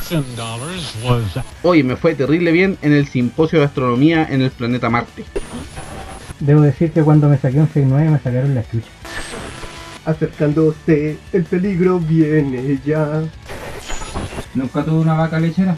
Oye, me fue terrible bien en el simposio de astronomía en el planeta Marte. Debo decir que cuando me saqué un 6.9 me sacaron la chucha. Acercándose, el peligro viene ya. ¿Nunca tuve una vaca lechera?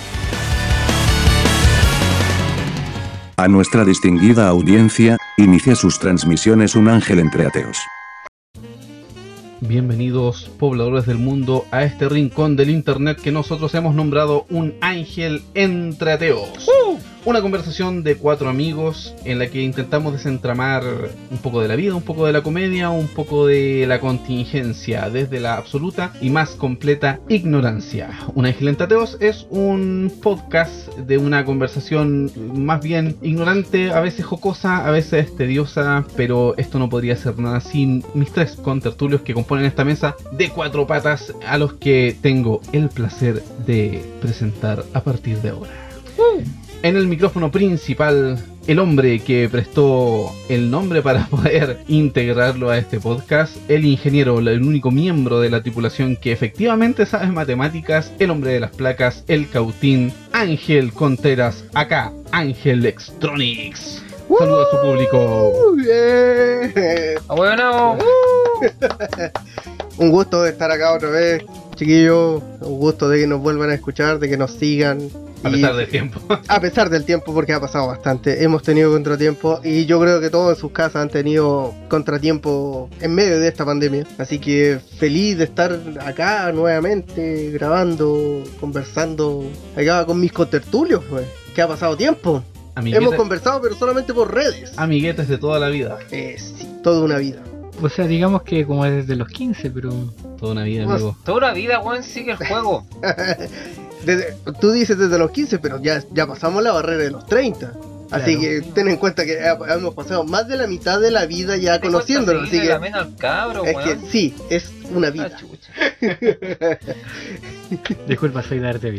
A nuestra distinguida audiencia, inicia sus transmisiones un ángel entre ateos. Bienvenidos, pobladores del mundo, a este rincón del internet que nosotros hemos nombrado un ángel entre ateos. Una conversación de 4 amigos en la que intentamos desentramar un poco de la vida, un poco de la comedia, un poco de la contingencia, desde la absoluta y más completa ignorancia. Un ángel entre ateos es un podcast de una conversación más bien ignorante, a veces jocosa, a veces tediosa, pero esto no podría ser nada sin mis 3 contertulios que componen esta mesa de 4 patas, a los que tengo el placer de presentar a partir de ahora. En el micrófono principal, el hombre que prestó el nombre para poder integrarlo a este podcast, el ingeniero, el único miembro de la tripulación que efectivamente sabe matemáticas, el hombre de las placas, el cautín, Ángel Contreras, acá, Ángel Extronics. Saluda a su público. Bueno. Un gusto de estar acá otra vez, chiquillos. Un gusto de que nos vuelvan a escuchar, de que nos sigan. A pesar del tiempo. A pesar del tiempo, porque ha pasado bastante. Hemos tenido contratiempo y yo creo que todos en sus casas han tenido contratiempo en medio de esta pandemia. Así que feliz de estar acá nuevamente, grabando, conversando acá con mis contertulios, pues. Que ha pasado tiempo. Hemos conversado, pero solamente por redes. Amiguetes de toda la vida. Sí, toda una vida. O sea, digamos que como desde los 15, pero... Toda una vida, amigo. Toda una vida, weón, sigue el juego. Tú dices desde los 15, pero ya pasamos la barrera de los 30. Así que ten en cuenta que hemos pasado más de la mitad de la vida ya conociéndolo. Así que al cabro, es que sí, es una vida. Disculpa, soy Daredevil.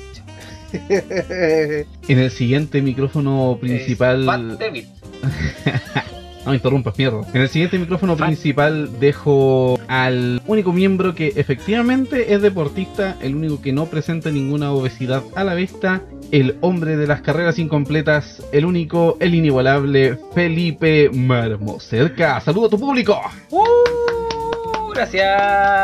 En el siguiente micrófono principal... No me interrumpas, mierda. En el siguiente micrófono principal dejo al único miembro que efectivamente es deportista, el único que no presenta ninguna obesidad a la vista, el hombre de las carreras incompletas, el único, el inigualable Felipe Marmocerca. ¡Saludo a tu público! Gracias.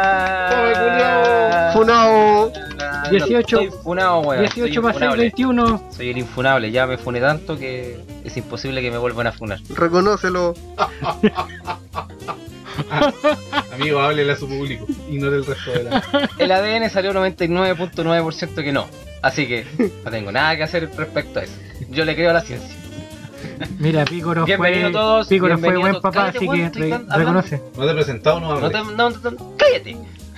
Funao. 18. Soy funado, weón. 18 más 6, 21. Soy el infunable, ya me funé tanto que es imposible que me vuelvan a funar. Reconócelo. Amigo, háblele a su público. Ignore el resto de la... El ADN salió 99.9% que no. Así que no tengo nada que hacer respecto a eso. Yo le creo a la ciencia. Mira, Pícoro todos, fue buen todos. papá, Cállate, así que reconoce. No te he presentado, no hables. Cállate.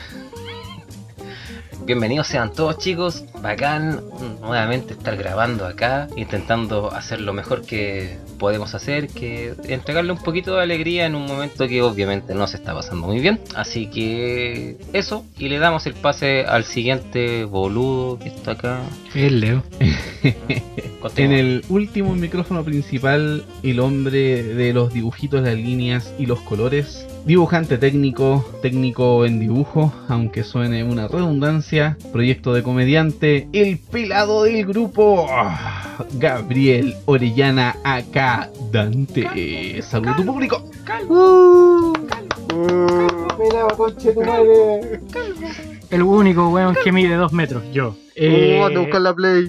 Bienvenidos sean todos, chicos. Bacán nuevamente estar grabando acá, intentando hacer lo mejor que podemos hacer, que entregarle un poquito de alegría en un momento que obviamente no se está pasando muy bien. Así que eso, y le damos el pase al siguiente boludo que está acá. El Leo. En el último micrófono principal, el hombre de los dibujitos, las líneas y los colores, dibujante técnico en dibujo, aunque suene una redundancia, proyecto de comediante, el pelado del grupo, Gabriel Orellana, acá Dante. Saludos a tu público. El único weón que mide 2 metros, yo. Ando a buscar la play.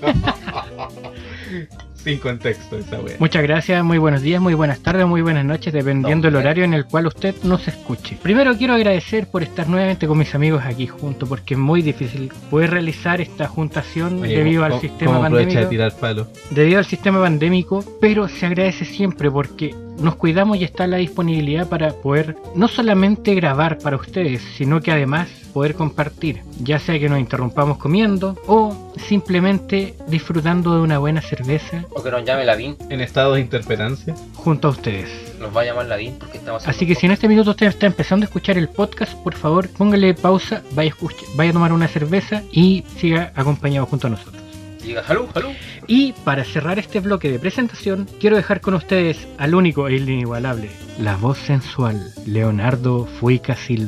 Sin contexto esa wea. Muchas gracias, muy buenos días, muy buenas tardes, muy buenas noches, dependiendo del horario en el cual usted nos escuche. Primero quiero agradecer por estar nuevamente con mis amigos aquí juntos, porque es muy difícil poder realizar esta juntación debido al sistema pandémico. De tirar palo? Debido al sistema pandémico, pero se agradece siempre porque nos cuidamos y está la disponibilidad para poder no solamente grabar para ustedes, sino que además poder compartir, ya sea que nos interrumpamos comiendo o simplemente disfrutando de una buena cerveza O que nos llame Lavín. En estado de interferencia. junto a ustedes. Nos va a llamar Lavín porque estamos Así que si en este minuto usted está empezando a escuchar el podcast, por favor póngale pausa, vaya a tomar una cerveza y siga acompañado junto a nosotros. Diga salud, salud. Y para cerrar este bloque de presentación, quiero dejar con ustedes al único e inigualable, la voz sensual, Leonardo Fuica Silva.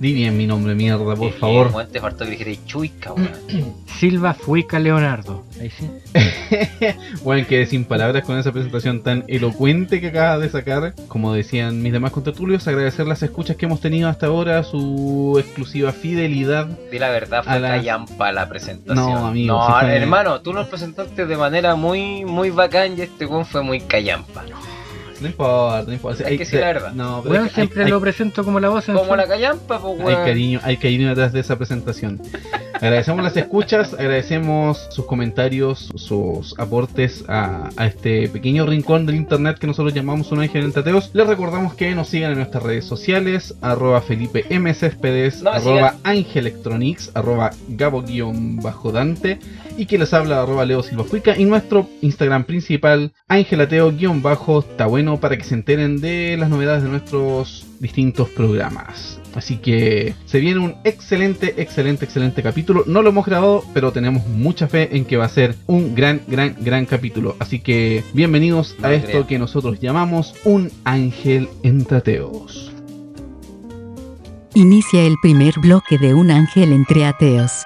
Di bien mi nombre, mierda, por Bien, favor. weón, te faltó que dijeras Chuica, weón. Silva Fuica Leonardo. Ahí sí. Bueno, quedé sin palabras con esa presentación tan elocuente que acabas de sacar. Como decían mis demás contertulios, agradecer las escuchas que hemos tenido hasta ahora, su exclusiva fidelidad. Di la verdad, fue A la- callampa la presentación. No, amigo, No, sí fue- hermano, tú nos presentaste de manera muy, muy bacán y este weón fue muy callampa. No importa, no importa. Hay que decir la verdad. No, pero Weón, es que hay- siempre hay- lo presento como la voz en Como la callampa, pues weón. hay cariño detrás de esa presentación. Agradecemos las escuchas, agradecemos sus comentarios, sus aportes a este pequeño rincón del internet que nosotros llamamos Un Ángel entre Ateos. Les recordamos que nos sigan en nuestras redes sociales, @Felipe M. Céspedes, No, @Angelectronics, @Gabo_Dante, y que les habla @Leo Silva Fuica, y nuestro Instagram principal, Angelateo_está bueno, para que se enteren de las novedades de nuestros distintos programas. Así que se viene un excelente capítulo. No lo hemos grabado, pero tenemos mucha fe en que va a ser un gran capítulo. Así que bienvenidos No a lo esto creo. que nosotros llamamos Un Ángel entre Ateos. Inicia el primer bloque de Un Ángel entre Ateos.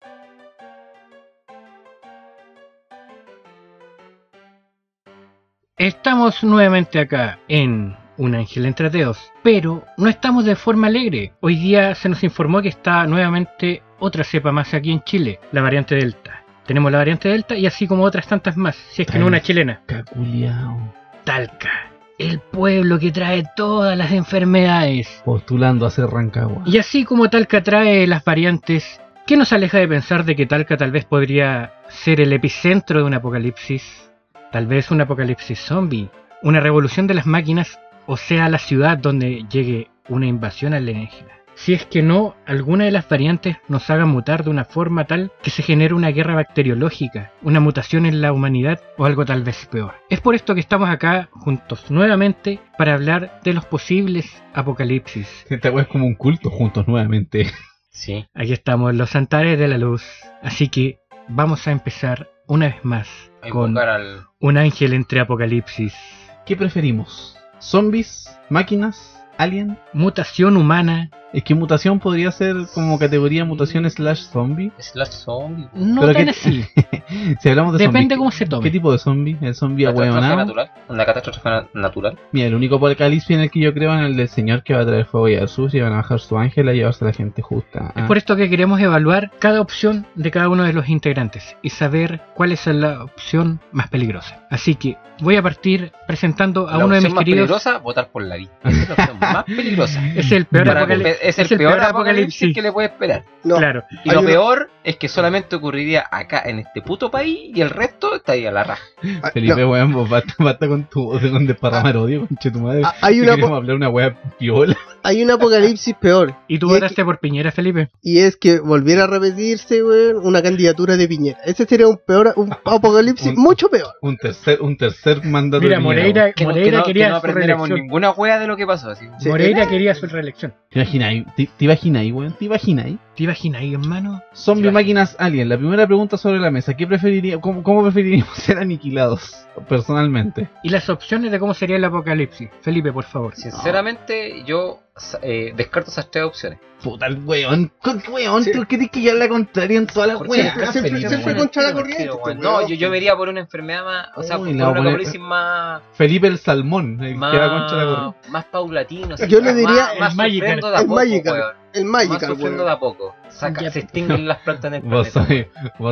Estamos nuevamente acá en Un Ángel entre Ateos, pero no estamos de forma alegre. Hoy día se nos informó que está nuevamente otra cepa más aquí en Chile, la variante Delta. Tenemos la variante Delta y así como otras tantas más, si es que no una chilena. Caculiao. Talca, el pueblo que trae todas las enfermedades. Postulando a ser Rancagua. Y así como Talca trae las variantes, ¿qué nos aleja de pensar de que Talca tal vez podría ser el epicentro de un apocalipsis? Tal vez un apocalipsis zombie, una revolución de las máquinas, o sea, la ciudad donde llegue una invasión alienígena. Si es que no, alguna de las variantes nos haga mutar de una forma tal que se genere una guerra bacteriológica, una mutación en la humanidad o algo tal vez peor. Es por esto que estamos acá juntos nuevamente para hablar de los posibles apocalipsis. Esta wea es como un culto juntos nuevamente. Sí. Aquí estamos, los altares de la luz. Así que vamos a empezar una vez más A con invocar al... Un Ángel entre Apocalipsis. ¿Qué preferimos? ¿Zombies? ¿Máquinas? ¿Alien? Mutación humana. Es que mutación podría ser como categoría mutación / zombie. Slash zombie. No Pero tan que- así. Si hablamos de Depende zombies, cómo se tome. ¿qué tipo de zombie? ¿El zombie Catástrofe ahueonado? natural. Una catástrofe natural. Mira, el único apocalipsis en el que yo creo es en el del señor que va a traer fuego y azul y van a bajar su ángel a llevarse a la gente justa. Es por esto que queremos evaluar cada opción de cada uno de los integrantes y saber cuál es la opción más peligrosa. Así que voy a partir presentando a La uno de opción mis más queridos. peligrosa, votar por la vida. Esa es la opción más peligrosa. Es el peor, Para apocalipsis. es el peor apocalipsis que le puede esperar. No, Claro. Y Hay lo una- peor es que solamente ocurriría acá en este puto país y el resto está ahí a la raja. ah, Felipe, no, weón, vos basta con tu voz de con desparramar odio, conche tu madre. hay Si una queremos po- hablar una wea piola. hay un apocalipsis peor. ¿Y tú Y es votaste por Piñera, Felipe? Y es que volviera a repetirse, weón, una candidatura de Piñera. Ese sería un apocalipsis Un- mucho peor. Un tercer mandato. Mira, de Piñera, Moreira, weón. Que no, Moreira que no quería su aprendiéramos reelección. ninguna wea de lo que pasó. Así. Sí. Moreira quería su reelección. ¿Te imaginas? ¿Te imaginas, weón? ¿Te imaginas? ¿Te imaginas ahí, hermano? Zombie, Sí, máquinas, alien. La primera pregunta sobre la mesa. ¿Cómo preferiríamos ser aniquilados? Personalmente. Y las opciones de cómo sería el apocalipsis. Felipe, por favor. Sinceramente, yo descarto esas tres opciones. Puta el weón. Weón, Sí. tú querés que llevar la contraria en todas las Por weas. siempre, siempre Felipe, weón. contra la Pero, corriente, weón, este no, weón. yo me iría por una enfermedad más, o sea, Uy, por la un voy a poner- apocalipsis más, Felipe el Salmón, el que va contra la corriente. más paulatino. así, Yo le diría más el Magical, sufriendo de a el poco, Magical. weón. El Más Magical, sufriendo de weón. a poco. Ya, Se extinguen las plantas en el Vos planeta.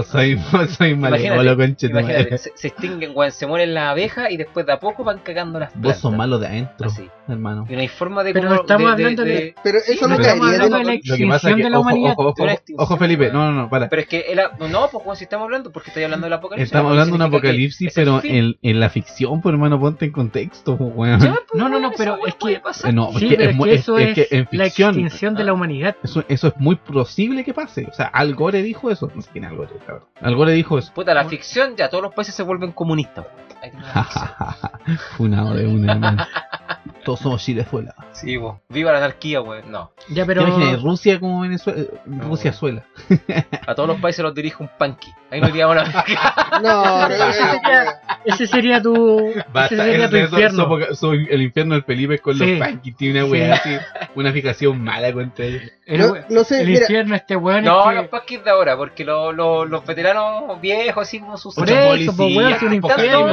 sois malévolo, conche tu Imagínate, madre. se extinguen, weón, se mueren las abejas y después de a poco van cagando las plantas. Vos sos malo de adentro, Así. hermano. Y no hay forma de Pero cómo- estamos hablando de- Pero Sí, eso no pero estamos caería hablando de de la Lo que pasa es extinción que, de la ojo, humanidad. ojo, De una extinción, ojo, Felipe, weón. no, para. Pero es que no, pues weón, si estamos hablando, porque estoy hablando del apocalipsis. Estamos hablando de un significa que apocalipsis, es el pero fin. en la ficción, pues hermano, ponte en contexto, pues, weón. Ya, pues, No, weón, pero esa es weá puede que- pasar. No, Sí, porque pero es mu- que eso es, que en la ficción extinción de la humanidad. eso es muy posible que pase. O sea, Al Gore dijo eso. No sé quién es Al Gore, la verdad. Al Gore dijo eso. Puta, la ficción, ya todos los países se vuelven comunistas, weón. Ahí tenés la ficción. Funado de una, hermano. Todos somos Chilezuela. Sí, vos. Viva la anarquía, weón. No. Ya, ¿Te pero imaginas? Rusia como Venezuela. No, Rusia suela. A todos los países los dirige un punky. Ahí no iríamos a la No, Ese sería tu infierno. Soy el infierno del Felipe con Sí. los punkies. Tiene una weá así, una fijación mala contra ellos. no sé, el mira. infierno este weón No, es los que... paquis de ahora, porque los veteranos viejos, así como sus Por eso, pues, weón, es un infierno.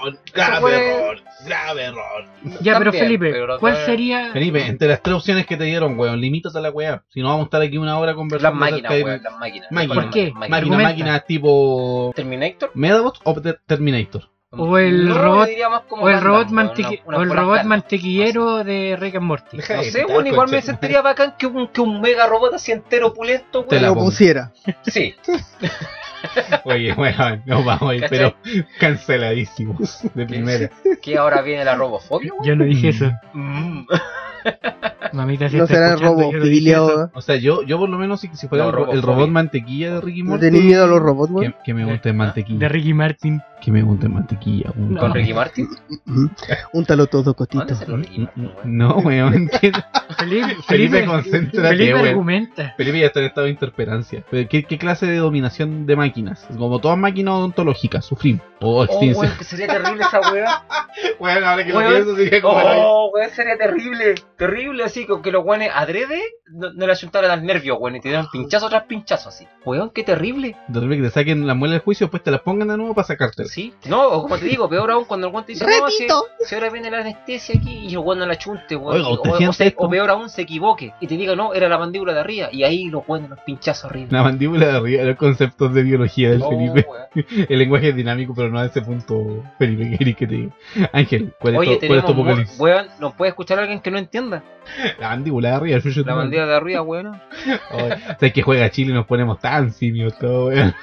Grave error. Ya, pero También, Felipe, pero ¿cuál no- sería? Felipe, entre las 3 opciones que te dieron, weón, limítate a la weá. Si no, vamos a estar aquí una hora conversando. Las máquinas, acerca de- weón, las máquinas. Máquinas. ¿Por qué? Máquinas. Argumenta. tipo ¿Terminator? Medabots o Terminator. O el No, robot- yo diría más como O el robot, Gundam, weón, una o el pura robot Gundam. mantequillero de Rick and Morty. Deja No de sé, gritar, weón, igual me concha. sentiría bacán que un mega robot así entero opulento, Te weón. la Lo pongo. pusiera. Sí. Oye, weón, nos vamos a ir, ¿Cachai? pero canceladísimos de primera. Que ahora viene la robofobia, weón. Yo no dije eso. Mm. Mamita, si No está será escuchando, yo no dije robofilia, eso. weón. O sea, yo por lo menos si fuera No, el robofobia. robot mantequilla de Ricky ¿No Morty, tenés miedo a los robots, weón? que me guste mantequilla. De Ricky Martin. Que me guste mantequilla. weón. Con Ricky Martin. Úntalo todo, ¿Dónde cotito. se lo Ricky Martin, weón? No, weón. Felipe, concéntrate, Felipe weón. argumenta. Felipe ya está en estado de interperancia. Pero ¿qué clase de dominación de máquinas? Como todas máquinas odontológicas, sufrimos. O Oh, extinción. weón, que sería terrible esa weá. Bueno, ahora que Weón. lo pienso sería como... Oh, weón, sería terrible. Terrible, así, con que los weones adrede no le ayuntaran al nervio, weón, y te dieran pinchazo tras pinchazo, así. Weón, qué terrible. De repente que te saquen la muela del juicio, después te la pongan de nuevo para sacártela. Sí. No, o como te digo, peor aún cuando el weón te dice, no, Repito. si ahora viene la anestesia aquí y el weón no la chunte, weón. Oiga, ¿usted o, siente esto? o peor aún, se equivoque y te diga, no, era la mandíbula de arriba. Y ahí los weones, los pinchazos arriba. La mandíbula de arriba, los conceptos de biología del Oh, Felipe. weón. El lenguaje es dinámico, pero no a ese punto, Felipe, ¿qué querés que te diga? Ángel, ¿cuál es Oye, tu tenemos, apocalipsis? weón, ¿nos puede escuchar alguien que no entienda? La mandíbula de arriba, el La mandíbula de arriba, weón. O sea, que juega Chile y nos ponemos tan simios todo, weón.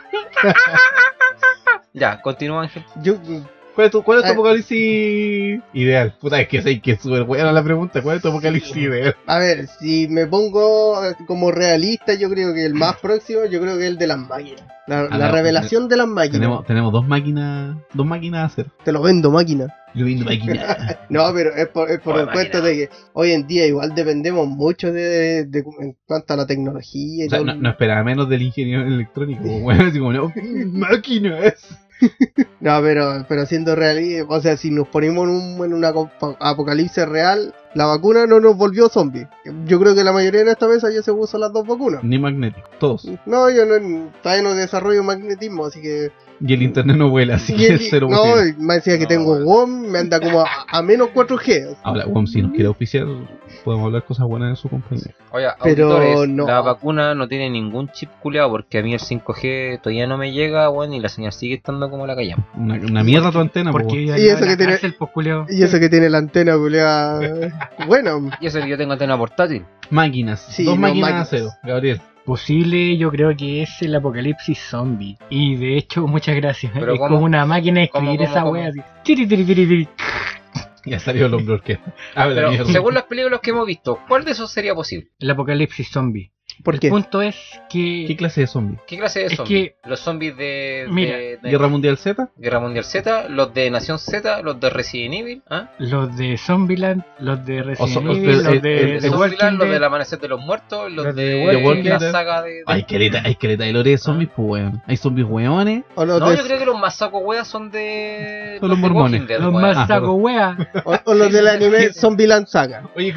Ya, continúa, Ángel. Yo, ¿Cuál es tu Ah. apocalipsis ideal? Puta, es que sé que es súper buena la pregunta. ¿Cuál es tu apocalipsis ideal? a ver, si me pongo como realista, yo creo que el más próximo, yo creo que es el de las máquinas. La no, revelación de las máquinas. Tenemos dos máquinas a hacer. Te lo vendo, máquina. Yo viendo máquina. No, pero es por Oye, el cuento máquina. de que hoy en día igual dependemos mucho de en cuanto a la tecnología y O sea, todo. no esperaba menos del ingeniero electrónico. Bueno, así como, no, máquinas. No, pero siendo realista, o sea, si nos ponemos en una apocalipsis real, la vacuna no nos volvió zombies. Yo creo que la mayoría de esta mesa ya se usan las dos vacunas. Ni magnético, todos. No, yo todavía no desarrollo magnetismo, así que... Y el internet no vuela, así y que el- es cero no, posible. y me decía que No, tengo bueno. WOM, me anda como a menos 4G. Ahora, WOM, si nos quiere oficiar, podemos hablar cosas buenas de su compañía. Oye, Pero auditores, no. la vacuna no tiene ningún chip culeado porque a mí el 5G todavía no me llega, weón, y la señal sigue estando como la callamos. Una mierda tu antena, po, Porque weón. iba Y a eso la que tiene- cárcel, pues, culiao. Y eso que tiene la antena, culiada. Bueno, Y eso que yo tengo antena portátil. Máquinas, Sí, dos no, máquinas a máquinas. cero, Gabriel. Posible, yo creo que es el apocalipsis zombie. Y de hecho, muchas gracias. Pero es ¿cómo? como una máquina de escribir ¿Cómo, esa cómo? wea así. Tiri, tiri, tiri, tiri. Ya salió el hombre orquesta. Habla Pero mierda. según las películas que hemos visto, ¿cuál de esos sería posible? El apocalipsis zombie. ¿por El qué? punto es que... ¿Qué clase de zombie? ¿Qué clase de Es zombies? ¿Los zombies de Mira, ¿Guerra Mundial Z? Guerra Mundial Z? ¿Los de Nación Z? ¿Los de Resident Evil? ¿Ah? Los de Zombieland, los de Resident son- Evil, el- los el- de el- The ¿Los Walking del Dead. Amanecer de los Muertos? ¿Los Los de de, The Walking la Dead. saga de... Hay caleta de lore de zombies, pues weón. Hay zombies weones. O los, No, de, yo creo que los más saco weas son de... Son los de mormones. Walking Dead, Los weón. más Ah, saco wea. o los del anime Zombieland Saga. Oye,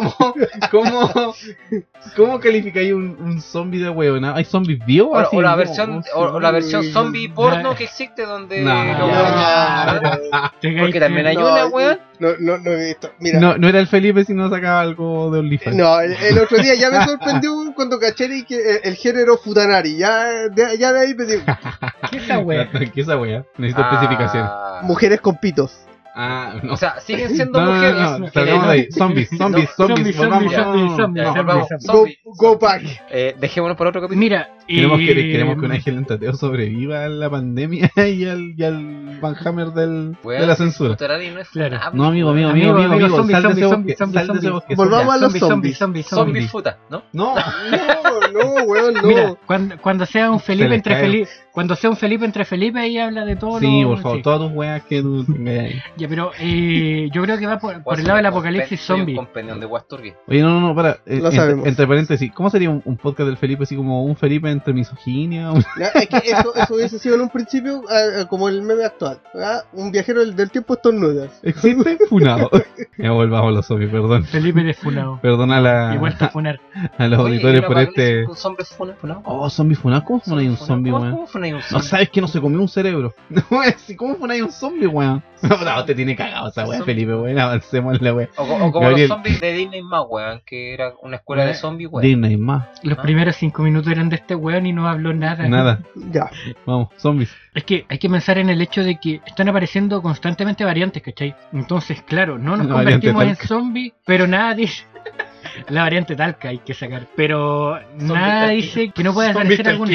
¿cómo calificáis un zombie de weón? ¿Hay zombies vivos? O, Así, o la ¿cómo? versión o la versión Uy, zombie porno que existe donde No, los ya, weones- Te porque caíste- también hay No, una weón. No he visto. Mira, No era el Felipe si no sacaba algo de OnlyFans. no, el otro día ya me sorprendió cuando caché que el género futanari. Ya de ahí me digo, ¿Qué es esa wea? ¿Qué es esa wea? Necesito especificación. mujeres con pitos. Ah, no. O sea, siguen siendo No, mujeres. no, que salgamos de ahí. no- Zombies. Zombie, zombie, volvamos. zombie, Ya, zombie, volvamos. zombie. Go back. Dejémonos por otro capítulo. Mira, Queremos que un ángel entateo sobreviva a la pandemia y al Van Hammer de la censura. Futanari no es Claro. funable. No, amigo, zombie, sal de ese zombie, bosque. zombie, Sal de ese zombie. bosque. Volvamos a los zombie, zombies. zombie, Zombie zombie. futa, ¿no? No. No, weón, no. Mira, cuando sea un Felipe les entre cae. Felipe, cuando sea un Felipe entre Felipe ahí habla de todo. Sí, lo- por favor, sí. todas tus weas que tú tengas ahí. Ya, pero yo creo que va por el lado del apocalipsis zombie. Un compendium de guas turbias. Oye, no, para. Lo sabemos. Entre paréntesis, ¿cómo sería un podcast del Felipe así como un Felipe entre misoginia. No, es que eso hubiese sido en un principio como el meme actual. Un viajero del tiempo estornuda. ¿Existe? Funado. Ya volvamos a los zombies, perdón. Felipe desfunado. Perdón Y vuelto a funar. a los Oye, auditores ¿y por una este... ¿Un zombie funado? Oh, zombie funado. ¿Cómo funáis un zombie, weón? ¿Cómo funáis un No zombie? sabes que no se comió un cerebro. No, ¿cómo funáis un zombie, weón? No, te tiene cagado esa weá, Felipe, weón. Avancemos en la weá. O como Gabriel. los zombies de Disney más, weón, que era una escuela de zombies, weón. Disney más. Los primeros 5 minutos eran de este weón y no habló nada. Nada. Ya. Vamos, zombies. Es que hay que pensar en el hecho de que están apareciendo constantemente variantes, ¿cachai? Entonces, claro, no nos La variante convertimos en Talca. zombies, pero nada dice... La variante Talca hay que sacar, pero nada talquino. dice que no pueda aparecer alguna...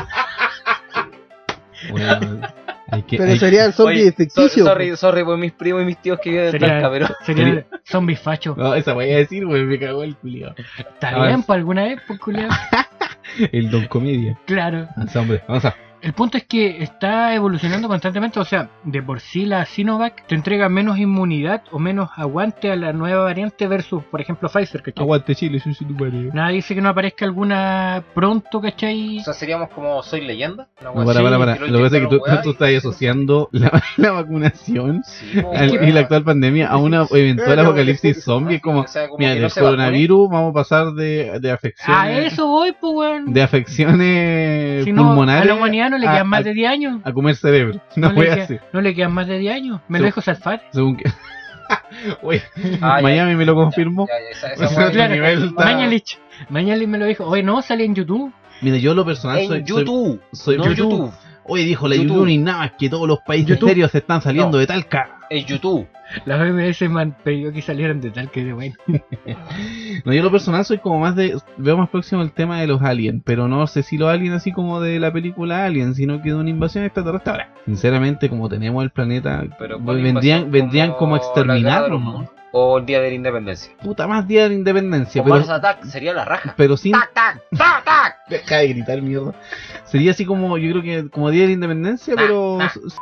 Weón, Pero serían zombies ficticios. Sorry por mis primos y mis tíos que viven en Talca, pero... Sería zombies facho. No, esa voy a decir, weón, me cagó el culiao. Está Avanza. bien, por alguna vez, pues, culiao. El Don Comedia. Claro. Avanza, hombre, avanza. El punto es que está evolucionando constantemente, o sea, de por sí la Sinovac te entrega menos inmunidad o menos aguante a la nueva variante versus, por ejemplo, Pfizer, ¿cachai? Aguante Chile, soy tu padre. Nada dice que no aparezca alguna pronto, ¿cachai? O sea, seríamos como Soy Leyenda. Una No, wea para. así, Lo que pasa es que weá, tú estás asociando la vacunación Sí, po, y weá. la actual pandemia a una eventual apocalipsis zombie. Como, O sea, como mira, que del no se coronavirus vamos a pasar de afecciones. A eso voy, pues, weón. De afecciones Si no, a pulmonares. la humanidad no le quedan más de 10 años. a comer cerebro. No, No voy le, a queda- hacer. no le quedan más de 10 años. Me lo Sí. dijo Salfate. Según que. Oye, Ah, ya, Miami me lo confirmó. esa O sea, weá- tu Claro, nivel está- Mañalich me lo dijo. Oye, no, sale en YouTube. Mira, yo lo personal En soy YouTube. soy No YouTube. Oye, dijo la YouTube. YouTube ni nada, es que todos los países YouTube. serios se están saliendo No. de Talca. En YouTube. La OMS me pidió que salieran de tal que de bueno. No, yo lo personal soy como más de... Veo más próximo el tema de los aliens, pero no sé si los aliens así como de la película Alien, sino que de una invasión extraterrestre. Ahora, sinceramente, como tenemos el planeta, Pero ¿cuál vendrían invasión? como a La guerra de exterminarlo, los ¿no? mundos. O el Día de la Independencia. Puta, más día de la independencia, O pero, Mars Attack sería la raja. pero sin... ¡Tac, tac! ¡Tac, tac! Deja de gritar, mierda. Sería así como, yo creo que como día de la independencia, pero...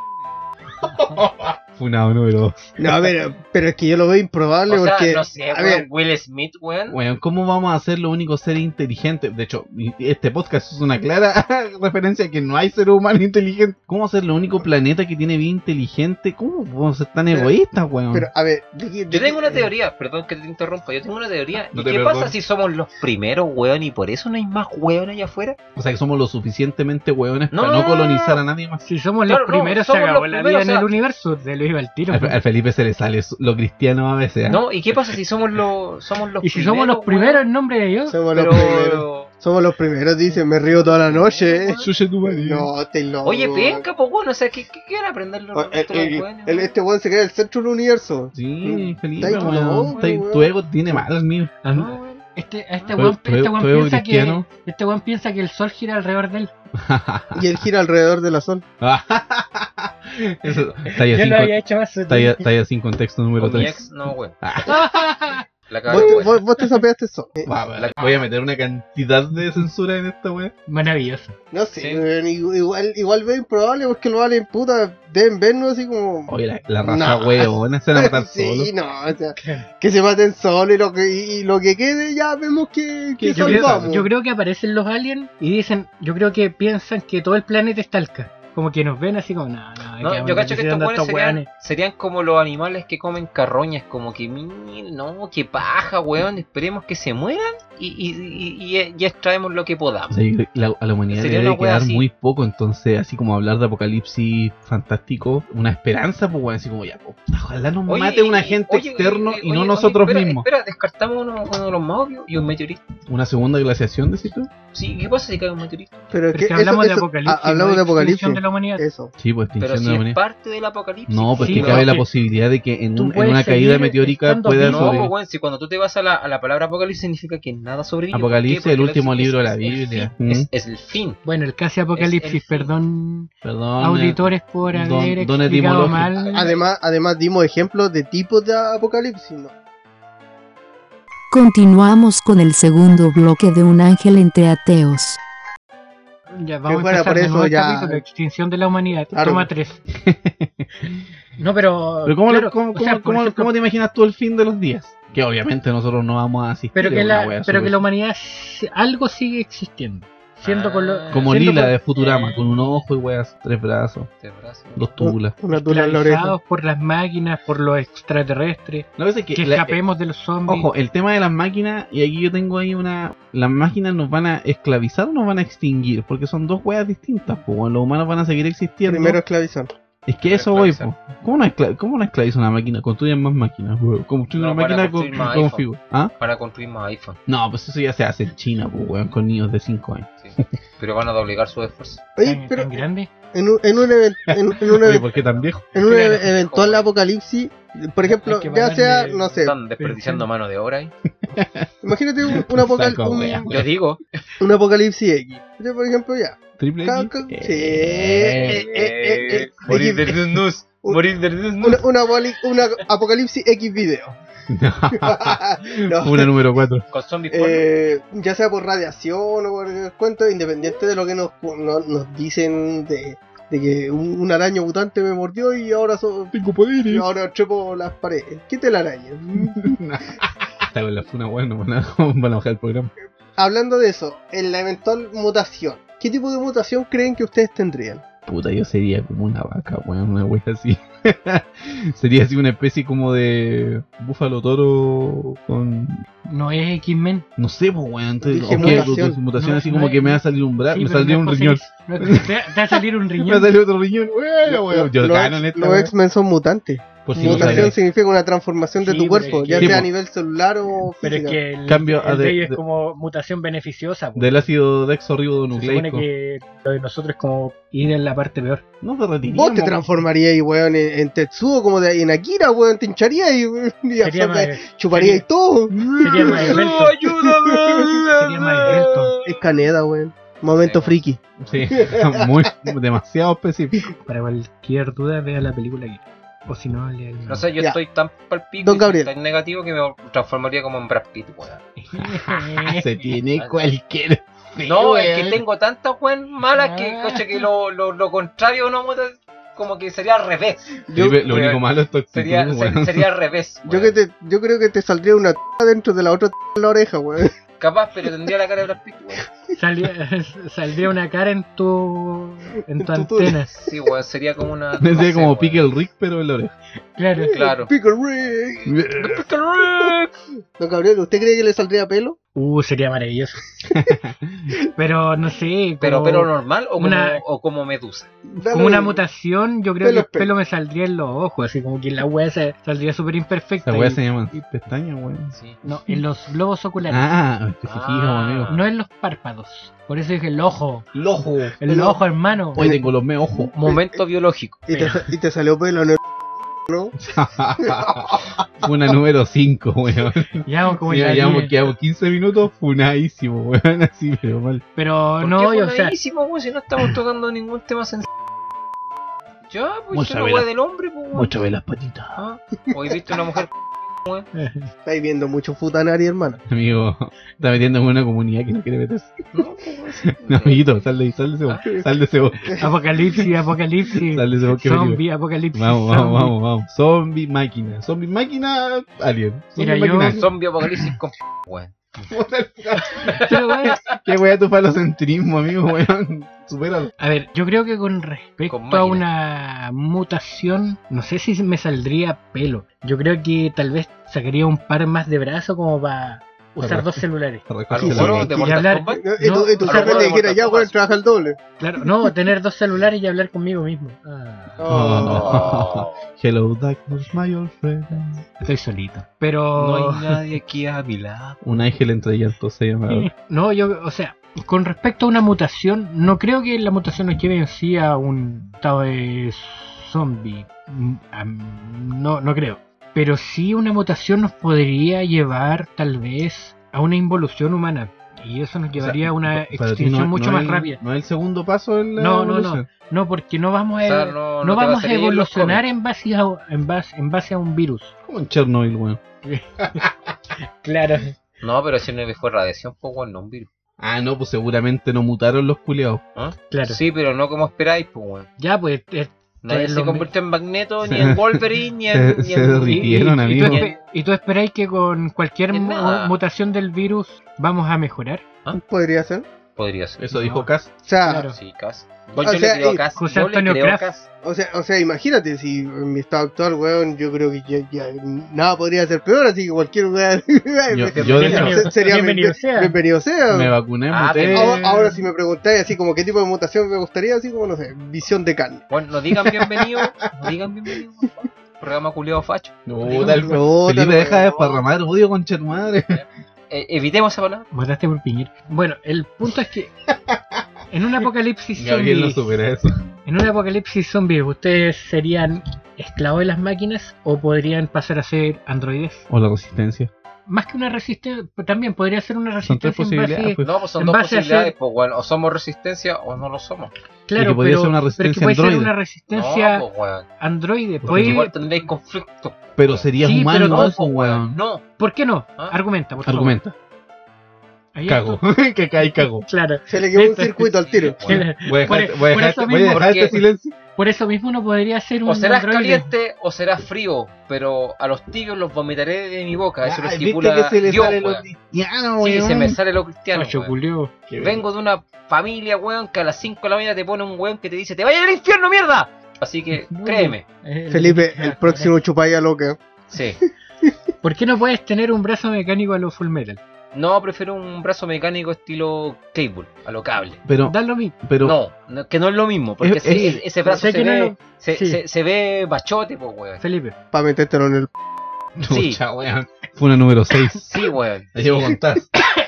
Funado número 2. No, pero es que yo lo veo improbable O sea, porque. no sé, a weón, ver, Will Smith, weón. Bueno, ¿cómo vamos a ser los únicos seres inteligentes? De hecho, este podcast es una clara referencia a que no hay ser humano inteligente. ¿Cómo va a ser el único planeta que tiene vida inteligente? ¿Cómo podemos ser tan egoístas, weón? pero a ver. Yo tengo una teoría, perdón que te interrumpa, yo tengo una teoría. No ¿Y te qué perdono. pasa si somos los primeros, weón, y por eso no hay más weón allá afuera? O sea, que somos lo suficientemente weones No, para no, no colonizar a nadie más. Si somos Claro, los no, primeros, somos se acabó los la primeros, vida o en sea- el universo. Se lo iba al tiro. Al Felipe se le sale lo cristiano a veces. ¿eh? No, ¿y qué pasa si somos los Y si somos los primeros en nombre de Dios. Somos los primeros. Pero... Somos los primeros, dice, me río toda la noche. Chuche tu madre. No, te loco. Oye, penca, pues bueno, o sea, ¿qué van a aprender los weones? Este weón se cree el centro del universo. Sí, Felipe, Está ahí, weón. no, Está ahí, weón. tu ego tiene mal el mío. Ah, No, weón. Este Tu- weón tu ego piensa cristiano. que este weón piensa que el sol gira alrededor de él. Y él gira alrededor de la sol. Eso, talla Yo sin lo con- había hecho más. talla sin contexto número Con mi 3. ex, no, weón. Ah, La Vos cagaste, te, weón. vos te sapeaste sol. voy a meter una cantidad de censura en esta wea. Maravilloso. No sé, Sí. weón, igual veo improbable porque los aliens puta deben vernos así como. Oye, la raza No. weona se van a matar Sí, solos. no, o sea, que se maten solos y lo que quede ya vemos que Yo salvamos. creo, yo creo que aparecen los aliens y dicen, yo creo que piensan que todo el planeta es Talca. Como que nos ven así como, no, No, yo cacho que estos weones weones serían como los animales que comen carroñas, como que, no, que paja, weón, esperemos que se mueran y extraemos lo que podamos. O sea, yo creo que a la humanidad le Sería debe una wea quedar así. muy poco, entonces así como hablar de apocalipsis fantástico, una esperanza, pues bueno, así como ya, pues, ojalá nos Oye, mate un agente oye, externo y no oye, nosotros espera, mismos. Espera, descartamos uno de los más obvios y un meteorito. Una segunda glaciación, decís tú. Sí, ¿qué pasa si cae un meteorito? Pero Pero es que hablamos de apocalipsis. hablamos no de apocalipsis. extinción de la humanidad. Eso. Sí, pues Pero extinción si de la es humanidad. parte del apocalipsis. No, pues Sí, que no, cabe la que posibilidad de que en tú en puedes una caída seguir meteórica estando pueda vivo. No, sobrevivir. pues bueno, si cuando tú te vas a la palabra apocalipsis significa que nada sobrevive. Apocalipsis, ¿Por qué? el Porque último libro de la el Biblia. fin, Mm. es el fin. Bueno, el casi apocalipsis, Es el fin. perdón, Perdón. auditores por don- haber don explicado etimológico. mal. Además dimos ejemplos de tipos de apocalipsis, ¿no? Continuamos con el segundo bloque de Un ángel entre ateos. Ya, vamos fuera a empezar por de eso nuevo el ya- capítulo, extinción de la humanidad. Claro. Toma 3. No, pero... Pero ¿cómo, claro, cómo- o sea, cómo- por cómo- ejemplo, cómo te imaginas tú el fin de los días? Que obviamente nosotros no vamos a asistir. pero que a una la, wea pero que sobre la humanidad algo sigue existiendo. Siendo con lo, Como siendo Lila con- de Futurama, con un ojo y weas, 3 brazos, Este brazo. 2 túbulas. Una tula en la oreja. esclavizados por las máquinas, por los extraterrestres, La cosa es que que escapemos de los zombies. ojo, el tema de las máquinas, y aquí yo tengo ahí una... ¿Las máquinas nos van a esclavizar o nos van a extinguir? Porque son dos weas distintas, pues bueno, los humanos van a seguir existiendo. Primero esclavizar. Es que eso voy, pues. ¿Cómo no esclaviza una máquina? Construyen más máquinas, weón. Construyen No, una para máquina construir más con iPhone. figura. ¿Ah? Para construir más iPhone. No, pues eso ya se hace en China, pues weón, con niños de 5 años. Sí. Pero van a doblegar su esfuerzo. Oye, tan, pero tan grande. en un Oye, ¿por qué tan viejo? eventual apocalipsis, por ejemplo, Hay que ya sea, pagarle- no sé, Están desperdiciando mano de obra ahí. imagínate Saco, wea. Yo digo. un apocalipsis X. Yo, por ejemplo, ya. Triple Ca- X. ca- sí. Morir X- de desnus. un- Morir de desnus. una apocalipsis X video. No. Una número 4. Con zombies porno. Ya sea por radiación o por cuento, independiente de lo que nos dicen de que un araño mutante me mordió y ahora Tengo poderes. ahora trepo las paredes. ¿Qué telaraña? Está con la funa, bueno, van a bajar el programa. Hablando de eso, en la eventual mutación, ¿qué tipo de mutación creen que ustedes tendrían? Puta, yo sería como una vaca, weón, una wea así. Sería así una especie como de búfalo toro con... No es X-Men. No sé, pues weón, entonces, Dije ok, mutación. mutación No, así no como es- que me va a salir un brazo, Sí, me pero saldría no un es riñón. posible. Te va a salir un Me riñón. va a salir otro riñón, weón, yo gano en esta Los wea. X-Men son mutantes. Por si no Mutación sabías. significa una transformación de Sí, tu pero cuerpo, es ya que- sea Sí, a po. nivel celular o Pero es física. que el, Cambio el de- de ellos de- es como mutación beneficiosa. Po. Del ácido Se supone dexorribonucleico. que lo de nosotros es como ir en la parte peor. No derretiríamos. Vos te transformarías, weón, en Tetsuo como en Akira, weón, te hincharías y Sería más, chuparías todo. sería más esbelto. Sería más esbelto. Es Caneda, weón. Momento Sí. friki. Sí, muy, demasiado específico. Para cualquier duda, vea la película aquí. O si no, lea el No sé, yo Ya. estoy tan palpico Don y Gabriel. tan negativo que me transformaría como en Brad Pitt, weón. Se tiene cualquier... No, es que tengo tantas weón malas que, coche, que lo contrario no muta, como que sería al revés. Lo único weón, malo es tu actitud, Sería, weón. sería al revés. Yo, weón. yo creo que te saldría una dentro de la otra en la oreja, weón. Capaz, pero tendría la cara de Brad Pitt, weón. Saldría una cara en tu En tu antena. Sí, weón, sería como una. Sería no sé, como weón. Pickle Rick, pero en la oreja. Claro. Claro. Pickle Rick. Don Gabriel, ¿usted cree que le saldría pelo? Sería maravilloso. Pero no sé. Pero como- pelo normal o como, una- o como medusa. Dale, Como una mutación, yo creo Pelo que es el pelo me saldría en los ojos, así como que la wea saldría súper imperfecta. Esa weá y- se llama pestañas, weón. Sí. No, en los globos oculares, Ah, es que se fija, Ah. amigo. no en los párpados. Por eso dije el ojo. El ojo. El ojo, hermano. Hoy tengo los me ojo. Momento biológico. Y te salió pelo en el ¿no? Una número 5, weón. Ya, como Mira, ya llevamos, dije. quedamos 15 minutos funadísimo, weón. Así, pero mal. Pero ¿Por no, qué yo, o sea, buenísimo, weón, si no estamos tocando ningún tema sensible? Ya, pues Mucha es una vela. weá del hombre, pues, weón. Mucho ve las patitas. Ah, hoy viste una mujer, weón. Estáis viendo mucho Futanari, hermano. Amigo, está metiendo en una comunidad que no quiere meterse. No, pues, weón. No, amiguito, sal de ahí, sal de ese bosque. Sal de ese bosque. apocalipsis, apocalipsis. Sal de ese bosque. Zombie, apocalipsis. Vamos, zombie. vamos, vamos, vamos. Zombie máquina. Zombie máquina alien. Zombie Mira, yo- máquina alien. Zombie apocalipsis con weón. Pero, weón, Qué weá tu falocentrismo, amigo, weón. Supéralo. a ver, yo creo que con respecto Con a máquina. una mutación, no sé si me saldría pelo. Yo creo que tal vez sacaría un par más de brazos como para usar dos celulares. A Sí, lo sí, mejor sí. de Y Mortal hablar- Kombat. Y tu a lo jefe mejor le de dijera, Mortal ya, weón, Kombat. trabaja el doble. Claro, no, tener dos celulares y hablar conmigo mismo. Oh. Hello, darkness, my old friend. Estoy solito. Pero... No hay nadie aquí a mi lado. Un ángel entre llantos se llama. No, yo, o sea, con respecto a una mutación, no creo que la mutación nos lleve en sí a un estado de zombie. No creo. Pero sí una mutación nos podría llevar tal vez a una involución humana. Y eso nos llevaría a una Para ti extinción mucho más es- rápida. No es el segundo paso en la No, evolución. No, porque no vamos a, O sea, no no te va a vamos a salir en los evolucionar cómics. en base a un virus. Como en Chernobyl, weón. Claro. No, pero si no fue radiación, pues weón, no un virus. Ah, no, pues seguramente no mutaron los culiados. ¿Ah? Claro. Sí, pero no como esperáis, pues weón. Ya, pues... Nadie Es se lo convirtió en Magneto, ni en Wolverine, ni en... Se ni en- derritieron, amigo. ¿Y tú esperáis que con cualquier En nada. mutación del virus vamos a mejorar? Podría ser. Podría ser. Eso dijo Cass. O sea, Claro. Sí, Cas. O Yo sea, le creo a y Cas. José Yo le Antonio creo a Kraft. Cas. o sea, imagínate, si en mi estado actual, weón, yo creo que ya nada podría ser peor, así que cualquier weón Yo de hecho sería bienvenido sea. bienvenido sea. me vacuné, Ah, muté. bien. Ahora si me preguntáis así como qué tipo de mutación me gustaría, así como no sé, visión de carne. Bueno, no digan bienvenido. No digan bienvenido. Por favor. Programa culiado facho. Puta, Puta, Felipe, deja de weón. desparramar odio, concha tu madre. Evitemos esa palabra. Mataste por Piñera. Bueno, el punto es que en un apocalipsis Gabriel no zombie, supera eso. en un apocalipsis zombie, ¿ustedes serían esclavos de las máquinas o podrían pasar a ser androides? O la resistencia. Más que una resistencia, también podría ser una Son tres resistencia en base, posibilidades, pues. No, pues son En dos base a posibilidades. ser- Pues bueno, o somos resistencia o no lo somos. claro, Y que podría pero, ser una pero es que resistencia puede ser androide. una resistencia No, pues weón. androide. Porque Porque Puede- igual tendréis conflicto. Pero serías Sí, humano, pero no, no, pues, weón. No. ¿Por qué no? ¿Ah? Argumenta, por favor. Argumenta. Ahí Cago. está. Que cae, cago. Claro. Se le quedó un Neta. circuito al tiro. Bueno, Voy a Por- dejar, voy a por dejar, eso voy a mismo, dejar este porque- silencio. Por eso mismo no podría ser un O serás androide. caliente o serás frío, pero a los tibios los vomitaré de mi boca. Eso lo Ay, estipula viste que se le Dios, sale lo weón. cristiano, Sí, weón. se me sale lo cristiano. Facho weón. culiao. Vengo de una familia, weón, que a las 5 de la mañana te pone un weón que te dice: ¡te vayas al infierno, mierda! Así que, No. créeme. Felipe, el próximo chupalla loca. Sí. ¿Por qué no puedes tener un brazo mecánico a los Full Metal? No, prefiero un brazo mecánico estilo cable, a lo cable. Pero, Da lo mismo. pero, Que no es lo mismo, porque ese brazo sé se que no ve, lo- sí. se ve bachote, pues, weón. Felipe. Para metértelo en el. Sí. chucha, weón. Fue una número 6. Sí, weón. La llevo a contar.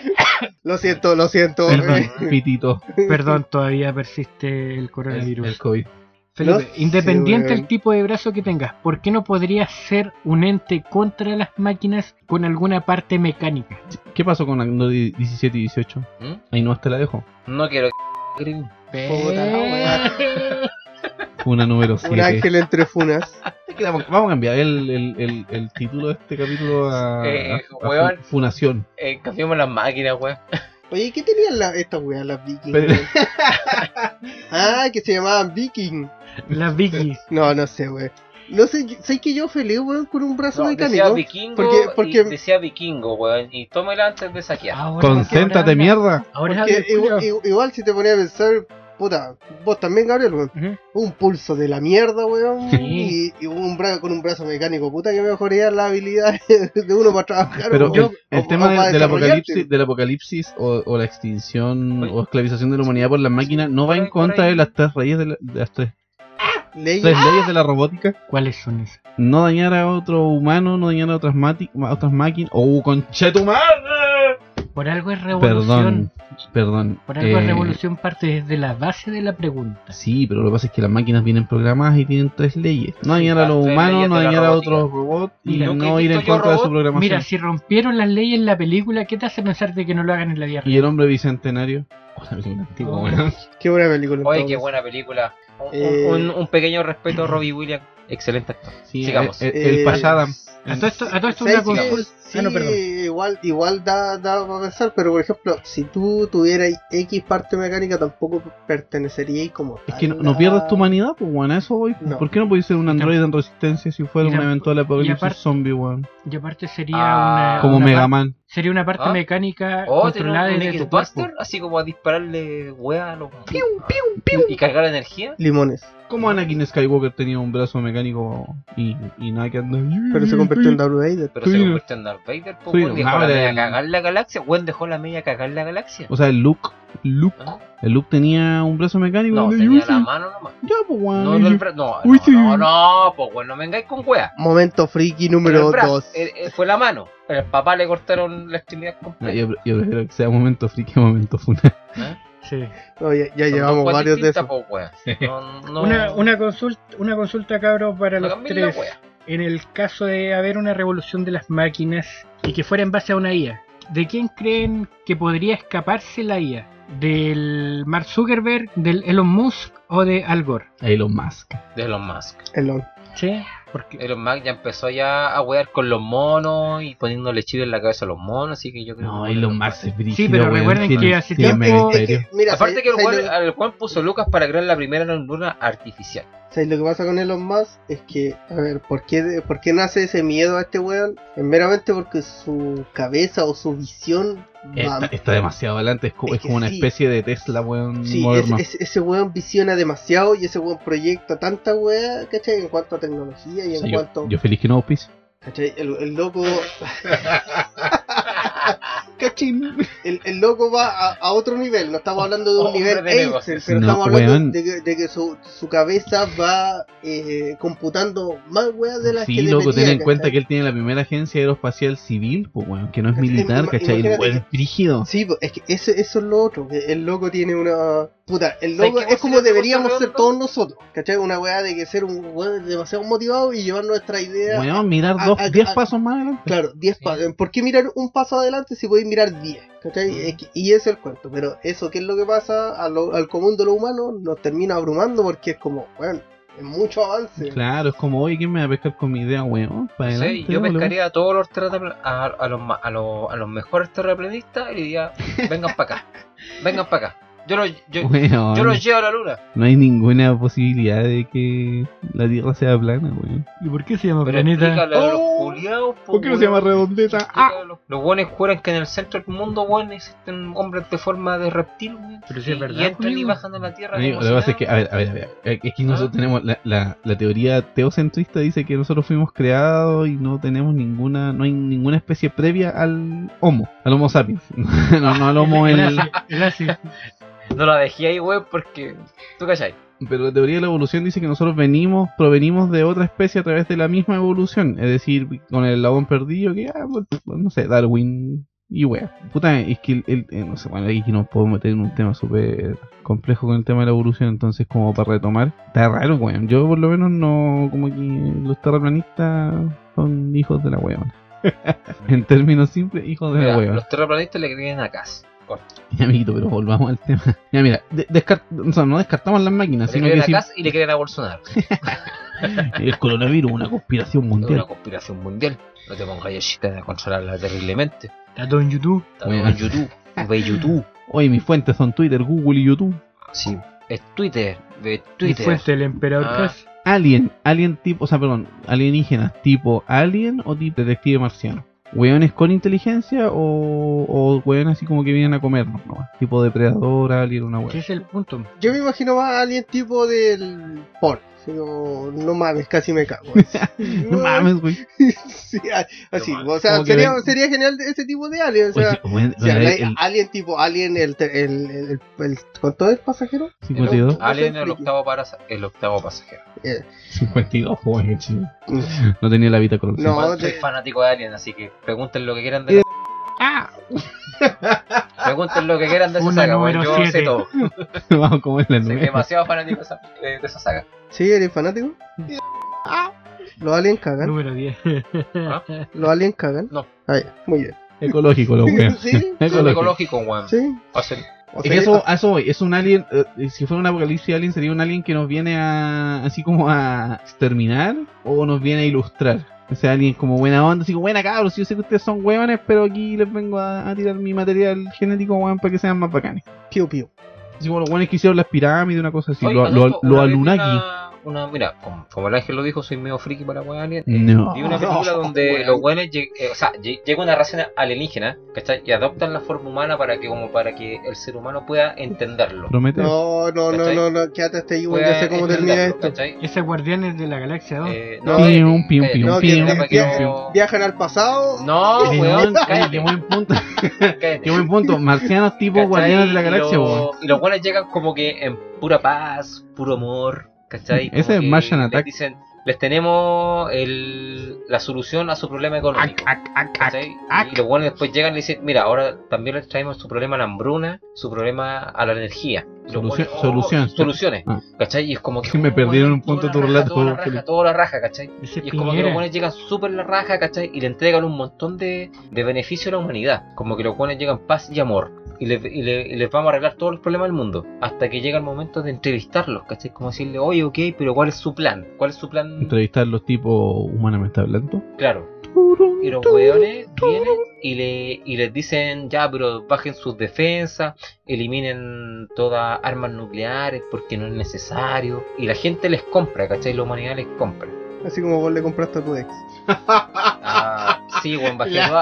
Lo siento. Perdón. Pitito. Perdón, todavía persiste el El coronavirus. COVID. Felipe, No sé, independiente weón. del tipo de brazo que tengas, ¿por qué no podrías ser un ente contra las máquinas con alguna parte mecánica? ¿Qué pasó con Android 17 y 18? ¿Mm? Ahí no te la dejo. No quiero que... Puta la Fue una número 7. Un ángel entre funas. Vamos a cambiar el título de este capítulo a weón. Funación. Cambiamos las máquinas, weón. Oye, ¿qué tenían estas weas, las vikings? Pero- Que se llamaban viking. Las Vicky. No sé, weón. No sé, sé que yo feliz, weón, con un brazo No, decía mecánico. vikingo porque- y decía vikingo, weón. Y tómela antes de saquear. Concéntrate, mierda. Ahora Porque habla el culiao. igual si te ponías a pensar, puta, vos también, Gabriel, weón. Ujú. Un pulso de la mierda, weón. Sí. Y con un brazo mecánico, puta, que mejoraría la habilidad de uno para trabajar. Pero weón. el tema para del desarrollarte. apocalipsis o la extinción Oye. o esclavización de la humanidad por las máquinas no va en por ahí. contra de las tres leyes de las tres Leyes. leyes de la robótica. ¿Cuáles son esas? No dañar a otro humano, no dañar a otras máquinas. ¡Oh, conchetumadre! Por algo es revolución. Perdón. Por algo es revolución parte desde la base de la pregunta. Sí, pero lo que pasa es que las máquinas vienen programadas y tienen tres leyes. No dañar a las los tres humanos, leyes no de la dañar a robótica. otros robots y Mira, nunca no he ir en visto yo contra de su robot. programación. Mira, si rompieron las leyes en la película, ¿qué te hace pensar de que no lo hagan en la vida Y real? el hombre bicentenario. Oh, la película antigua, Oh. weón. Qué buena película. Oye, entonces. qué buena película. Eh, Un pequeño respeto a Robbie Williams. Excelente actor. Sí, Sigamos. el Pachadam. A todo esto ¿Sabes una qué? consulta. Sí, Ah, no, perdón. igual da para pensar, pero por ejemplo, si tú tuvieras X parte mecánica, tampoco pertenecerías como Es que tal no a- pierdas tu humanidad, pues, weón. A eso voy. No. ¿Por qué no podéis ser un androide en resistencia si fuera Y un la- eventual apocalipsis aparte- zombie, weón? Y aparte sería Ah, una. Como una Mega par- Man. Sería una parte ¿Ah? mecánica Oh, controlada ¿tiene un desde tu X-Buster? cuerpo. Así como a dispararle weá a los... ¿Y cargar energía? Limones, Como Anakin Skywalker tenía un brazo mecánico y nada que andar. pero se convirtió en Darth Vader. Pero Sí, se no. convirtió en Darth Vader, pues, Sí, weón. Dejó no, la era media el- cagar la galaxia. Weón dejó la media cagar la galaxia. O sea, el Luke. ¿Ah? El Luke tenía un brazo mecánico. No, y tenía yo, la sí. mano nomás. Ya, pues, weón. No, no el brazo. No, Uy, sí. no, pues, weón, no me vengáis con weá. Momento friki Pero número el brazo, 2. fue la mano. Pero el papá le cortaron la extremidad No, completa. yo prefiero que sea momento friki que momento funa. ¿Eh? Sí. No, ya Son llevamos dos weas varios de distintas, esos. pues, weón. No, Una consulta, cabros, para no los cambien la tres. wea. En el caso de haber una revolución de las máquinas y que fuera en base a una IA, ¿de quién creen que podría escaparse la IA? ¿Del Mark Zuckerberg, del Elon Musk o de Al Gore? Elon Musk. De Elon Musk. Elon. Sí, porque Elon Musk ya empezó ya a wear con los monos y poniéndole chip en la cabeza a los monos, así que yo creo No, que Elon Musk es brígido. Sí, pero weón, recuerden tiene- que hace tiene tiempo- mega Es imperio. que, mira, Aparte que el ¿sabes weón, al Juan puso Lucas para crear la primera neurona artificial. ¿sabes lo que pasa con Elon Musk? Es que, a ver, ¿por qué nace ese miedo a este weón? Es meramente porque su cabeza o su visión Está demasiado adelante, es como una sí. especie de Tesla, weón, Sí, moderno. ese weón visiona demasiado y ese weón proyecta tanta weá, ¿cachai? En cuanto a tecnología y O sea, en cuanto... yo feliz que no auspicio. ¿Cachai? El loco... Cachín. El loco va a otro nivel, no estamos hablando de un Hombre nivel de Einstein, negocios. pero No, estamos hablando weón. de que su cabeza va computando más weas de las que Sí, debería, loco, ten en cuenta ¿cachai? que él tiene la primera agencia aeroespacial civil, pues weón, que no es ¿Cachai? militar, ¿cachai? El Imagínate weón es brígido. Sí, pues, es que eso es lo otro, que el loco tiene una... Puta, el ¿Sabes loco qué es como considero deberíamos redondo? ser todos nosotros, ¿cachai? Una weá de que ser un weón demasiado motivado y llevar nuestra idea... Weón, mirar a- 10 a- pasos más adelante. Claro, 10 pasos. ¿Por qué mirar un paso adelante si podéis mirar 10? ¿Cachai? Y ese es el cuento. Pero eso, ¿qué es lo que pasa al común de los humanos? Nos termina abrumando porque es como, bueno, es mucho avance. Claro, es como, oye, ¿quién me va a pescar con mi idea, weón? Para Sí, adelante, yo démosle, pescaría a todos los a los mejores terraplanistas y le diría, vengan para acá, vengan para acá. Yo weón. los llevo a la luna. No hay ninguna posibilidad de que la Tierra sea plana, weón. ¿Y por qué se llama Pero planeta? explícale a los Oh, culiados, ¿Por qué no se llama redondeta? Ah, Los buenos juran que en el centro del mundo, weón, existen hombres de forma de reptil, weón. Pero si es verdad, Y entran y amigo. bajan a la Tierra. amigo, como lo que si pasa es que, nada. a ver, es que nosotros tenemos la teoría teocentrista dice que nosotros fuimos creados y no tenemos no hay ninguna especie previa al Homo sapiens. no al Homo El ASI. No la dejé ahí, weón, porque tú cachai. Pero la teoría de la evolución dice que nosotros provenimos de otra especie a través de la misma evolución. Es decir, con el eslabón perdido, que, no sé, Darwin y wea. Puta, es que no sé, bueno, aquí nos podemos meter en un tema súper complejo con el tema de la evolución, entonces como para retomar, está raro, weón. Yo por lo menos no, como que los terraplanistas son hijos de la weona. En términos simples, hijos de la Mira, weona. los terraplanistas le creen a Cass. Corto. Ya, amiguito, pero volvamos al tema. Ya, mira, o sea, no descartamos las máquinas, Le sino creen que a sí, Cass y le creen a Bolsonaro. el coronavirus, una conspiración Es mundial. una conspiración mundial. No te pongas a controlarla terriblemente. Está todo en YouTube. Está todo en YouTube. Ve YouTube. Oye, mis fuentes son Twitter, Google y YouTube. Sí. Es Twitter. Ve Y Twitter. fuente del emperador Ah. Cass. Alien tipo, o sea, perdón, alienígenas tipo alien o tipo detective marciano. ¿Hueones con inteligencia o hueones así como que vienen a comernos, ¿no? Tipo depredador, alien, una Ese hueá. es el punto. Yo me imagino más a alguien tipo del Paul. No mames, casi me cago. No mames, güey. Sí, así, No mames. o sea, Como que sería genial ese tipo de alien. O sea, Oye, o sea, no hay el alien tipo alien, ¿con todo el pasajero? 52. Alien el el octavo pasajero. 52, joder, chido. No tenía la vida con No, Soy de- fanático de Alien, así que pregunten lo que quieran de Pregunten lo que quieran de esa Una saga, weón. número Yo sé 7. todo. Vamos como es la Soy nueva. demasiado fanático de esa saga. ¿Sí? ¿Eres fanático? Los aliens cagan. Número 10. Los aliens cagan. No. Ah, ya, muy bien. Ecológico, los weones. Sí, Son Ecológico. ecológicos, weón. sí. Hacen- O Es sea, que a eso voy, es un alien, si fuera un apocalipsis alien sería un alien que nos viene así como a exterminar o nos viene a ilustrar. Ese alien como buena onda, así como buena cabros, yo sé que ustedes son hueones, pero aquí les vengo a tirar mi material genético, weón, para que sean más bacanes. piu piu. Así como los hueones que hicieron las pirámides, una cosa así, Oye, los Adolfo, una vez vi Anunnaki. mira, como el ángel lo dijo, soy medio friki para la weá alien. No. Vi una película No, donde weón. los weones, llega una raza alienígena, ¿cachai? Y adoptan la forma humana para que el ser humano pueda entenderlo. Promete. No, quédate hasta ahí, weón, ya sé cómo termina esto. ¿cachai? Ese Guardianes de la Galaxia 2. No, pium, pium, cállate, pium, No, pium, que para pium, que pium. no- Viajan al pasado. No, Weón, weón, oye, cállate. qué buen punto. Cállate. Qué buen punto. Marcianos tipo ¿Cachai? guardianes de la galaxia, weón. Y los buenos llegan como que en pura paz, puro amor, ¿cachai? Como Ese es que Martian les Attack. dicen, les tenemos la solución a su problema económico. ¿Cachai? Y los buenos después llegan y le dicen, mira, ahora también les traemos su problema a la hambruna, su problema a la energía. Y los buenos, soluciones. Ah. ¿Cachai? Y es como que Me perdieron un punto toda tu la raja, relato, toda la raja, Felipe. toda la raja, ¿cachai? Ese Y es como que los Piñera. buenos llegan súper la raja, ¿cachai? Y le entregan un montón de beneficio a la humanidad. Como que los buenos llegan paz y amor. Y les vamos a arreglar todos los problemas del mundo. Hasta que llega el momento de entrevistarlos, ¿cachai? Como decirle, oye, ok, pero ¿cuál es su plan? ¿Cuál es su plan? Entrevistar los tipos humanamente hablando. Claro. Y los weones vienen y les dicen, ya, pero bajen sus defensas, eliminen todas armas nucleares porque no es necesario. Y la gente les compra, ¿cachai? La humanidad les compra. Así como vos le compraste a tu ex. Ah, sí, weón,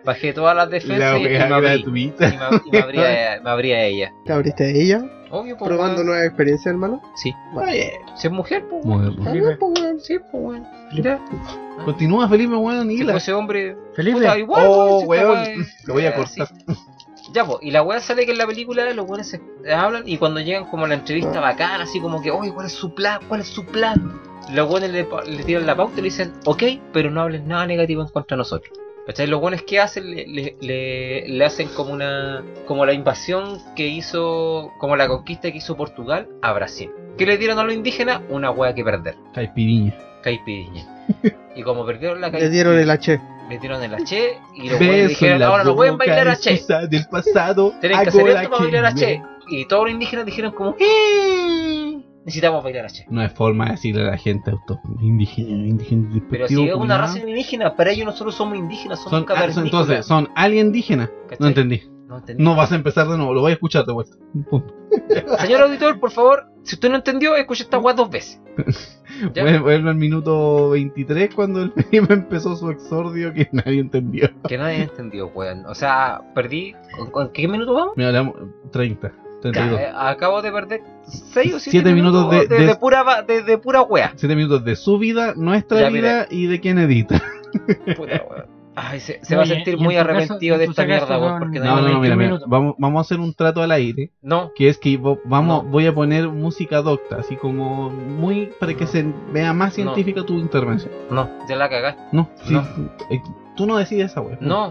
Bajé todas las La defensas y me wea abrí. gratuita. Y me abría ella. ¿Te abriste a ella? Obvio, pues, ¿Probando weón. nuevas experiencias, hermano? Sí. Bueno. Si es mujer, pues. Muy weón. bien. Pues, weón. Sí, pues, weón. Ya. Continúa, Felipe, weón, Si Hila. fuese hombre. Felipe. puta, igual, Oh, weón, si esta weón. weá es- Lo voy a weá, cortar. sí. Ya, pues, y la weá sale que en la película los weones se hablan y cuando llegan como a la entrevista bacana, así como que, oye, ¿cuál es su plan? ¿Cuál es su plan? Los weones le tiran la pauta y le dicen, ok, pero no hablen nada negativo en contra de nosotros. ¿Cachai? Los buenos que hacen le hacen como la invasión que hizo, como la conquista que hizo Portugal a Brasil. ¿Qué le dieron a los indígenas? Una hueá que perder, Caipiriña. caipirinha. Y como perdieron la Le dieron el H. le dieron el H y los buenos Beso dijeron, en la ahora no pueden boca, bailar H. excusa del pasado. Tienen que hacer hago la esto para bailar que H. Y todos los indígenas dijeron como, necesitamos bailar H. No es forma de decirle a la gente indígena Pero si es una raza indígena, para ellos nosotros somos indígenas, somos cavernícolas. entonces, son alienígenas. ¿Cachai? No entendí. No entendí. No vas a empezar de nuevo, lo voy a escuchar de vuelta. Punto. Señor auditor, por favor, si usted no entendió, escuche esta weá 2 veces. ¿Ya? Vuelvo al minuto 23 cuando el Felipe empezó su exordio que nadie entendió. Que nadie entendió, weón. O sea, perdí. ¿En qué minuto vamos? Me hablamos 30, 32. Acabo de perder 6 o 7 Siete minutos de pura wea. 7 minutos de su vida, nuestra Ya, vida y de quien edita. Puta wea. Ay, se No, va a y- sentir y en muy tu caso- arrepentido en de tu esta caso mierda, weón. son- Porque No, nadie- no, no, 20 mira, minutos. vamos a hacer un trato al aire. No, Que es que No. voy a poner música docta, así como muy para que No. se vea más No. científica tu intervención. no, ya la cagaste. No, sí, No. tú no decides esa wea. No.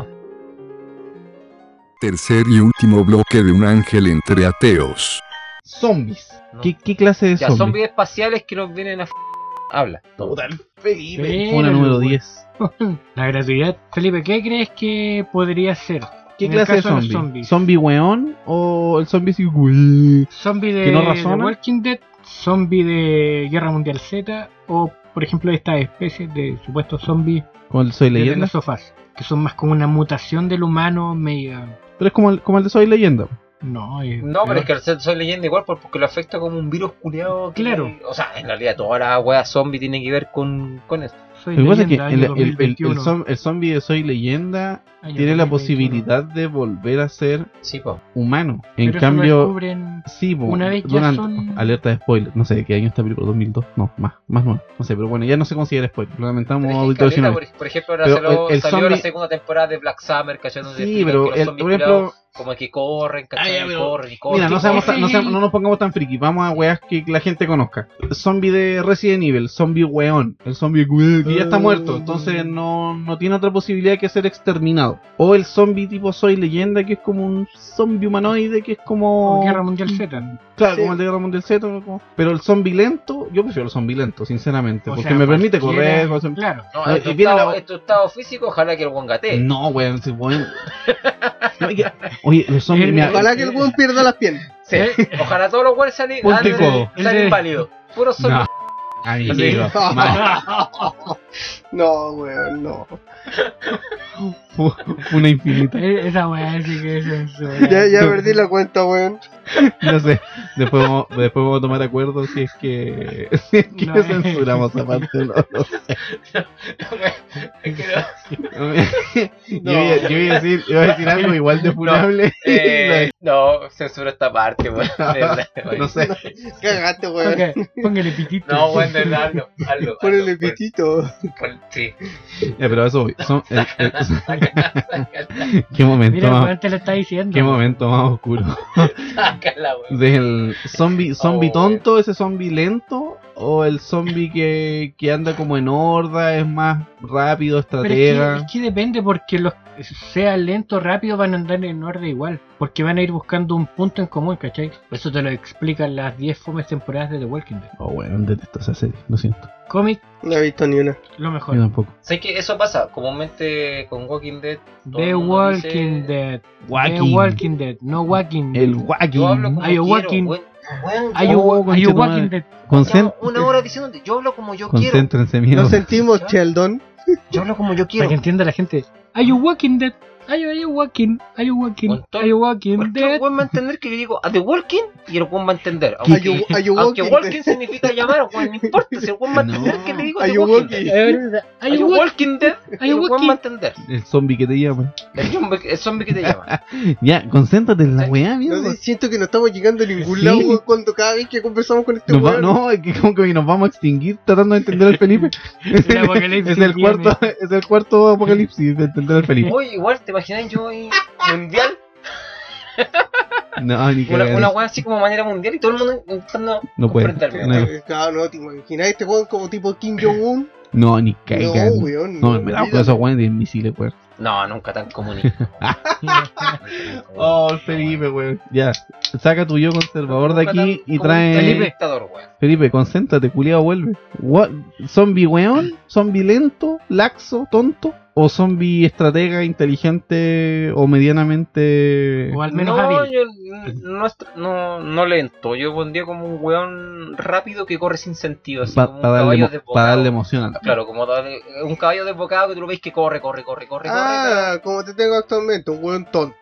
Tercer y último bloque de un ángel entre ateos. Zombies. No. ¿Qué clase de Ya, zombies? zombies espaciales que nos vienen a habla. Puta, el Felipe. Pero, Una número weón. 10. La gratuidad. Felipe, ¿qué crees que podría ser? ¿Qué En el clase de caso de los zombie? zombies. ¿Zombie weón o el zombie así, güey? ¿Zombie ¿Que no de razona? Walking Dead? ¿Zombie de Guerra Mundial Z? ¿O, por ejemplo, estas especies de supuestos zombies Como el Soy de Leyenda? Last of Us? Que son más como una mutación del humano media... Pero es como el de Soy Leyenda. No, No, pero es que el Soy Leyenda igual porque lo afecta como un virus culiado. Claro. O sea, en realidad toda la wea zombie tiene que ver con eso. Soy Lo que pasa es que Leyenda, año 2021. el zombie de Soy Leyenda Año tiene la 2021. posibilidad de volver a ser Sí, po. humano. Pero En eso lo cambio, descubren sí, po, una vez ya durante- son- alerta de spoiler. No sé de qué año está la película, 2002. No, más nuevo. No sé, pero bueno, ya no se considera spoiler. Lo lamentamos, Pero es que auditores. caleta, finales. por ejemplo, ahora Pero salió el la zombie- segunda temporada de Black Summer, ¿cachai? Donde Sí, explican pero que los zombies por ejemplo, culiados como que corren, ¿cachai? Ah, ya, pero- corren y corren. mira, no, y seamos corren. tan- no nos pongamos tan friki. Vamos a weas que la gente conozca. Zombie de Resident Evil, zombie weón. El zombie weón que ya está muerto. Entonces no tiene otra posibilidad que ser exterminado. O el zombie tipo Soy Leyenda, que es como un zombie humanoide, que es como... O Guerra Mundial Z. Claro, Sí. como el de Guerra Mundial Z. como- Pero el zombie lento, yo prefiero el zombie lento, sinceramente. O Porque sea, me permite cualquiera- correr. Claro. No, No, en tu, y viene estado, la- en tu estado físico, ojalá que el buen gatee. No, weón, si weón. No, oye, los zombies... mira, Ojalá que el weón pierda las piernas. Sí. Ojalá todos los buenos salen Punto y codo. inválidos. Puro No. zombies. amigo, mal. No, weón, no. Una infinita. Esa weá sí que es censura. Ya perdí la cuenta, weón. No sé, después vamos a tomar acuerdo si es que, No, censuramos esa parte, no sé. Es que no. Yo iba a decir algo igual de funable. No, censura esta parte, weón. No sé. Cagaste, weón. Póngale pitito. No, weón, de verdad, hazlo. Ponele pitito. Sí. Ya, pero a eso voy. ¿Qué momento Mira, más, weón te lo está diciendo. qué momento más oscuro? Sácala, weón. ¿Del zombie Oh, tonto, ese zombie lento? ¿O el zombie que anda como en horda, es más rápido, Pero estratega? es que depende porque los sea lento o rápido van a andar en orden igual. Porque van a ir buscando un punto en común, ¿cachai? Eso te lo explican las 10 fomes temporadas de The Walking Dead. Oh, bueno, detesto esa serie, lo siento. Cómic, No he visto ni una. lo mejor. Yo tampoco. ¿Sabes que eso pasa? Comúnmente con Walking Dead. todo The el mundo Walking dice- Dead. Walking. The Walking Dead. No Walking. El walking. Yo hablo como Are you quiero, walking? weón. Weón, Are you, Oh, are you conchetumare. Walking Dead? una hora diciéndote, yo hablo como yo quiero. Concéntrense, miedo. Nos sentimos, Sheldon. Yo hablo como yo Para quiero. que entienda la gente. Are you Walking Dead? Are you walking? Are you walking? Montón. Are you walking? Porque el Dead? weón va a entender que yo digo a The Walking y el weón va a entender. Are you Aunque walking? walking significa llamar, weón, no importa. Si el weón va a entender que te digo Are The you Walking walking? Dead. Are you walking? Walking Dead? Are you El weón walking? va a entender. El zombie que te llama. El zombie que te llama. Ya, concéntrate en la weá, No mierda. sé, siento que no estamos llegando a ningún Sí. lado, weón, cuando cada vez que conversamos con este weón. No, es que como que nos vamos a extinguir tratando de entender al Felipe. El apocalipsis es el viene. cuarto apocalipsis de entender al Felipe. Oye, igual, ¿te imaginas yo ahí mundial? No, ni Una cagando. weá así como manera mundial y todo el mundo intentando No puede. comprenderme. No. Claro, no, te imaginas este weón como tipo Kim Jong-un. No, ni No, cagando. weón. No, me da con esos weones de misiles, weón. No, nunca tan comunista. Oh, Felipe, weón. Ya, saca tu yo conservador de aquí y trae. Felipe. Dictador, weón. Felipe, concéntrate, culiao, vuelve. ¿Zombie weón? ¿Zombie lento? ¿Laxo? ¿Tonto? ¿O zombie estratega, inteligente o medianamente. O al menos no, hábil. yo no lento. Yo pondría como un weón rápido que corre sin sentido. Así como un Para caballo darle, desbocado. darle emoción a la. Claro, como un caballo desbocado que tú lo ves que corre. Ah, como te tengo actualmente, un weón tonto.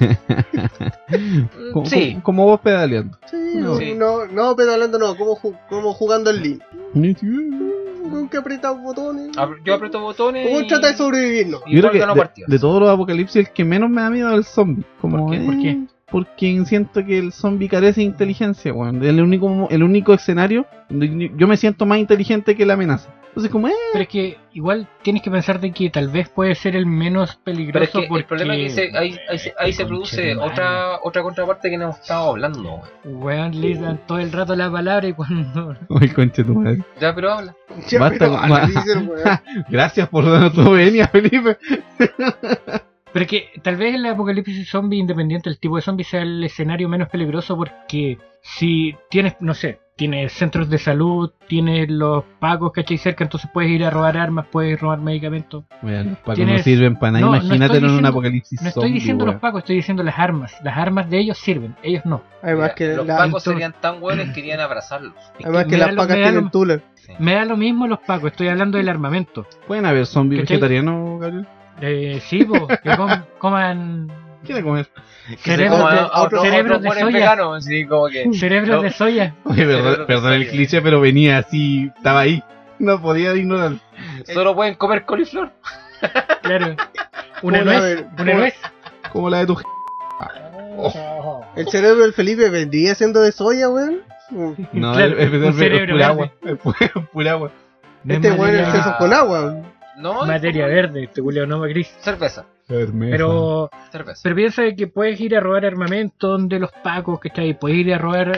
Sí. Como vos pedaleando. Sí, Sí. no, pedaleando no, como jugando al Link. Un weón que aprieta botones. Yo aprieto botones. ¿Cómo trata de sobrevivir? No. Y Yo creo que gano de, partidas. de todos los apocalipsis el que menos me da miedo es el zombie. Como, ¿Por qué? ¿Por qué? Porque siento que el zombie carece de inteligencia, weón. El único escenario donde yo me siento más inteligente que la amenaza. Entonces como Pero es que igual tienes que pensar de que tal vez puede ser el menos Pero es peligroso que porque... el problema es que ahí se produce otra contraparte que no hemos estado hablando, weón. Weón, le dan todo el rato la palabra y cuando... Ay, concha tu madre. Ya, pero habla. Ya, Basta pero con- analiza el weón. Gracias por darnos tu venia, Felipe. Pero es que tal vez el apocalipsis zombie, independiente del tipo de zombie, sea el escenario menos peligroso porque si tienes, no sé, tienes centros de salud, tienes los pacos, ¿cachai? Cerca, entonces puedes ir a robar armas, puedes robar medicamentos. Weón, los pacos Tienes- no sirven para nada. No, no Imagínatelo estoy en un diciendo- apocalipsis No estoy zombie, diciendo weón. los pacos, estoy diciendo las armas. Las armas de ellos sirven, ellos no. Además Mira, que los la- pacos serían tan buenos que irían a abrazarlos. además que que me las da lo- pacas me da tienen lo- tula. Sí. Me da lo mismo los pacos, estoy hablando del armamento. ¿Pueden haber zombies ¿Cachai? vegetarianos, Gabriel? Sí, po, que coman ¿Quiere comer? cerebros Como de, a otros cerebros de buenos soya. veganos, así como que... Cerebros No. de soya. Oye, perdón el cliché, pero venía así, estaba ahí. No podía ignorar. Solo pueden comer coliflor. Claro. Una Hola, a nuez. ver, Una nuez. Como la de tu El cerebro del Felipe vendría siendo de soya, weón. No, Claro, un es cerebro pura verde. agua. Es pura agua. Este weón es materia, seso con agua. No, materia verde, este culeo no gris. cerveza. Pero piensa de que puedes ir a robar armamento donde los pacos, ¿cachai? Puedes ir a robar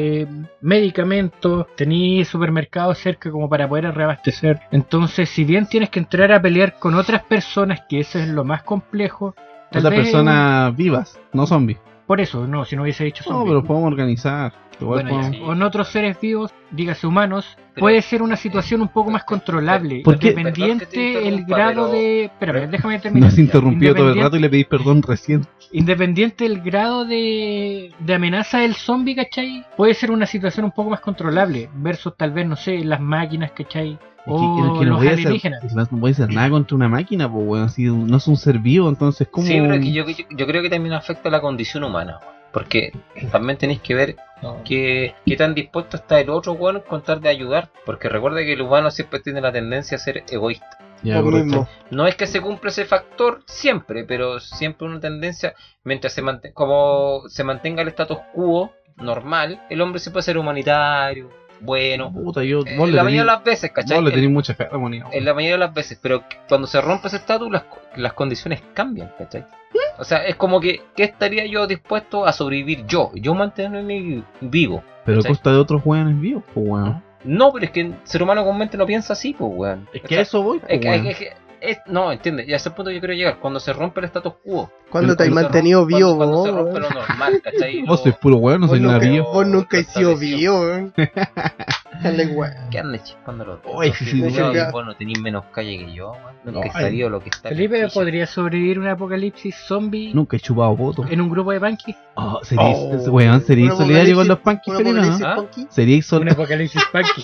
medicamentos, tenés supermercados cerca como para poder reabastecer. Entonces, si bien tienes que entrar a pelear con otras personas, que eso es lo más complejo, tal Otras vez personas vivas, no zombies. por eso, no, si no hubiese dicho No, zombie. pero podemos organizar. Igual Bueno, podemos- sí. Con otros seres vivos, dígase humanos, Pero- puede ser una situación un poco más controlable, ¿Por qué? Perdón que te independiente el interrumpa, grado pero- de... Espérame, déjame terminar. Nos interrumpió todo el Independiente- rato y le pedís perdón recién. Independiente del grado de amenaza del zombie, ¿cachai? Puede ser una situación un poco más controlable, versus tal vez, no sé, las máquinas, ¿cachai? Es O que no los voy a hacer, alienígenas. no voy a hacer nada contra una máquina, pues weón. Si no es un ser vivo, entonces ¿cómo? Sí, pero es que yo creo que también afecta a la condición humana. Porque también tenéis que ver qué tan dispuesto está el otro weón con tal de ayudar. Porque recuerda que el humano siempre tiene la tendencia a ser egoísta. Ya, Por lo correcto. mismo. No es que se cumpla ese factor siempre, pero siempre una tendencia, mientras como se mantenga el status quo normal, el hombre se puede ser humanitario, bueno. Puta, yo, vos En le la tenés- mayoría de las veces, ¿cachai? vos le tenés mucha fe, demonio. En la mayoría de las veces, pero cuando se rompe ese estatus, las condiciones cambian, ¿cachai? O sea, es como que, ¿qué estaría yo dispuesto a sobrevivir yo mantenerme vivo? Pero a ¿cachai? costa de otros weones vivos, pues weón. No, pero es que el ser humano comúnmente no piensa así, pues, weón. Es O que sea, a eso voy, pues es que- weón. no, entiende, y a ese punto yo quiero llegar, cuando se rompe el status quo. Cuando te has Cuando se mantenido rompe- vivo, cuando se vos, rompe lo normal, ¿cachai? Vos sois puro weón, no soy nada vivo. Vos nunca has sido establecido. vivo, weón. Dale, weón. ¿Qué andas chispando los Oye, sí, sí, dedos? sí. Vos no tenés menos calle que yo, weón. Nunca he Ay. sabido lo que está en Felipe, el piso. ¿podría sobrevivir un apocalipsis zombie Nunca he chupado voto. en un grupo de punkies? Oh, seríais, Oh. weón, seríais Un solidario con apocalipsis- los punkies un felinos, apocalipsis ¿no? ¿Ah? punky. Seríais Un sol... apocalipsis punky.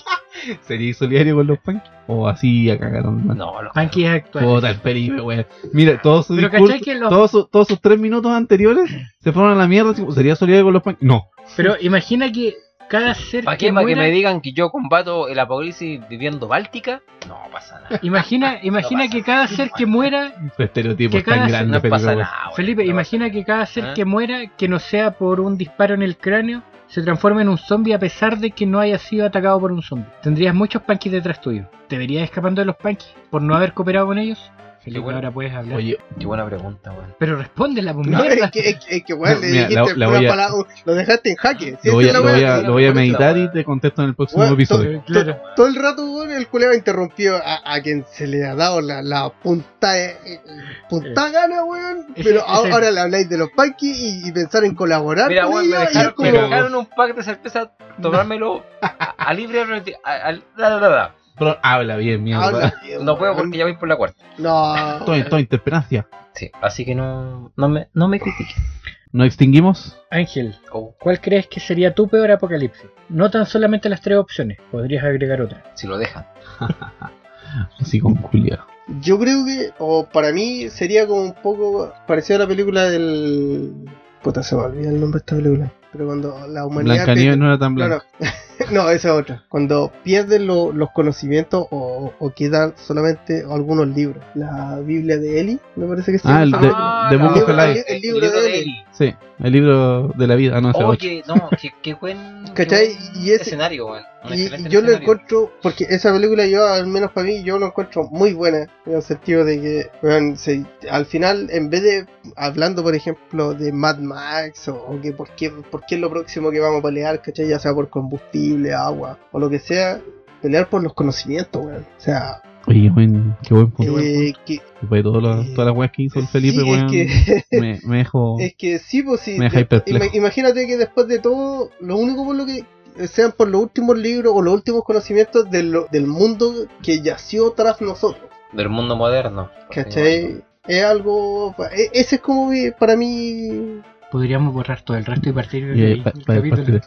¿Sería solidario con los punkies? ¿O así a cagar nomás? No, los Punkies actuales. Puta, el Felipe, weón. Mira, todos sus Pero discursos, ¿cachai que los- todos sus 3 minutos anteriores se fueron a la mierda. ¿Sería solidario con los punkies? No. Pero imagina que cada ser ¿Para que qué? ¿Para que muera... me digan que yo combato el apocalipsis viviendo Báltica? No pasa nada. Imagina pasa que cada ser que muera... Ese estereotipo Que es tan cada- grande, No Felipe, pasa weón. nada, weón. Felipe, No imagina pasa que cada ser ¿Ah? que muera, que no sea por un disparo en el cráneo, se transforma en un zombie a pesar de que no haya sido atacado por un zombie. Tendrías muchos punkies detrás tuyo. ¿Te verías escapando de los punkies por no haber cooperado con ellos? Felipe, bueno. ahora puedes hablar. Oye, Qué buena pregunta, weón. Pero respóndela, pues, No, mierda. es que weón, le Mira, dijiste la pura voy a- palabra, lo dejaste en jaque. Si lo voy esa a, es la weá, lo voy a por eso, meditar y weón. te contesto en el próximo Weón, episodio. Claro. Todo el rato, weón, el culeo interrumpió a quien se le ha dado la punta gana, weón. Ese- Pero ese- ahora le habláis de los punkies y pensar en colaborar Mira, con weón, me ellos, y es dejaron, como- me dejaron un pack de cerveza, tomármelo a libre albedrío. Pero habla bien, mierda. Habla bien, No puedo weón. porque ya voy por la cuarta. No. Toda interpenancia. Sí, así que no me critiques. ¿Nos extinguimos? Ángel, Oh, ¿cuál crees que sería tu peor apocalipsis? No tan solamente las 3 opciones, podrías agregar otra. si lo dejan. Así con Julia. Yo creo que, o para mí, sería como un poco parecido a la película del... Puta, se me olvida el nombre de esta película. Pero cuando la humanidad... Blancanieves no era tan No, blanca. no. No, esa es otra. Cuando pierden los conocimientos o quedan solamente algunos libros. La Biblia de Eli, me parece que se Ah, llama. el de Book of libro- Life. el libro de Eli. Sí, el libro de la vida. Ah, no, ese otro. Oye, no, qué buen, ¿Cachai? qué buen Y ese- escenario, weón. Un Y excelente yo lo escenario. encuentro, porque esa película yo, al menos para mí, yo lo encuentro muy buena, en el sentido de que, weón, al final, en vez de, hablando por ejemplo de Mad Max, o que por qué es lo próximo que vamos a pelear, ¿cachai? Ya sea por combustible, agua, o lo que sea, pelear por los conocimientos, weón. O sea, Oye, qué buen punto. que, Después de todas las weas que hizo el Felipe, sí, weón, es que, me dejó... es que sí, pues sí. Me deja perplejo. Imagínate que después de todo, lo único por lo que sean por los últimos libros o los últimos conocimientos del mundo que yació tras nosotros. Del mundo moderno. ¿Cachai? Es algo... Ese es como para mí... Podríamos borrar todo el resto y partir Y, de ahí. partir.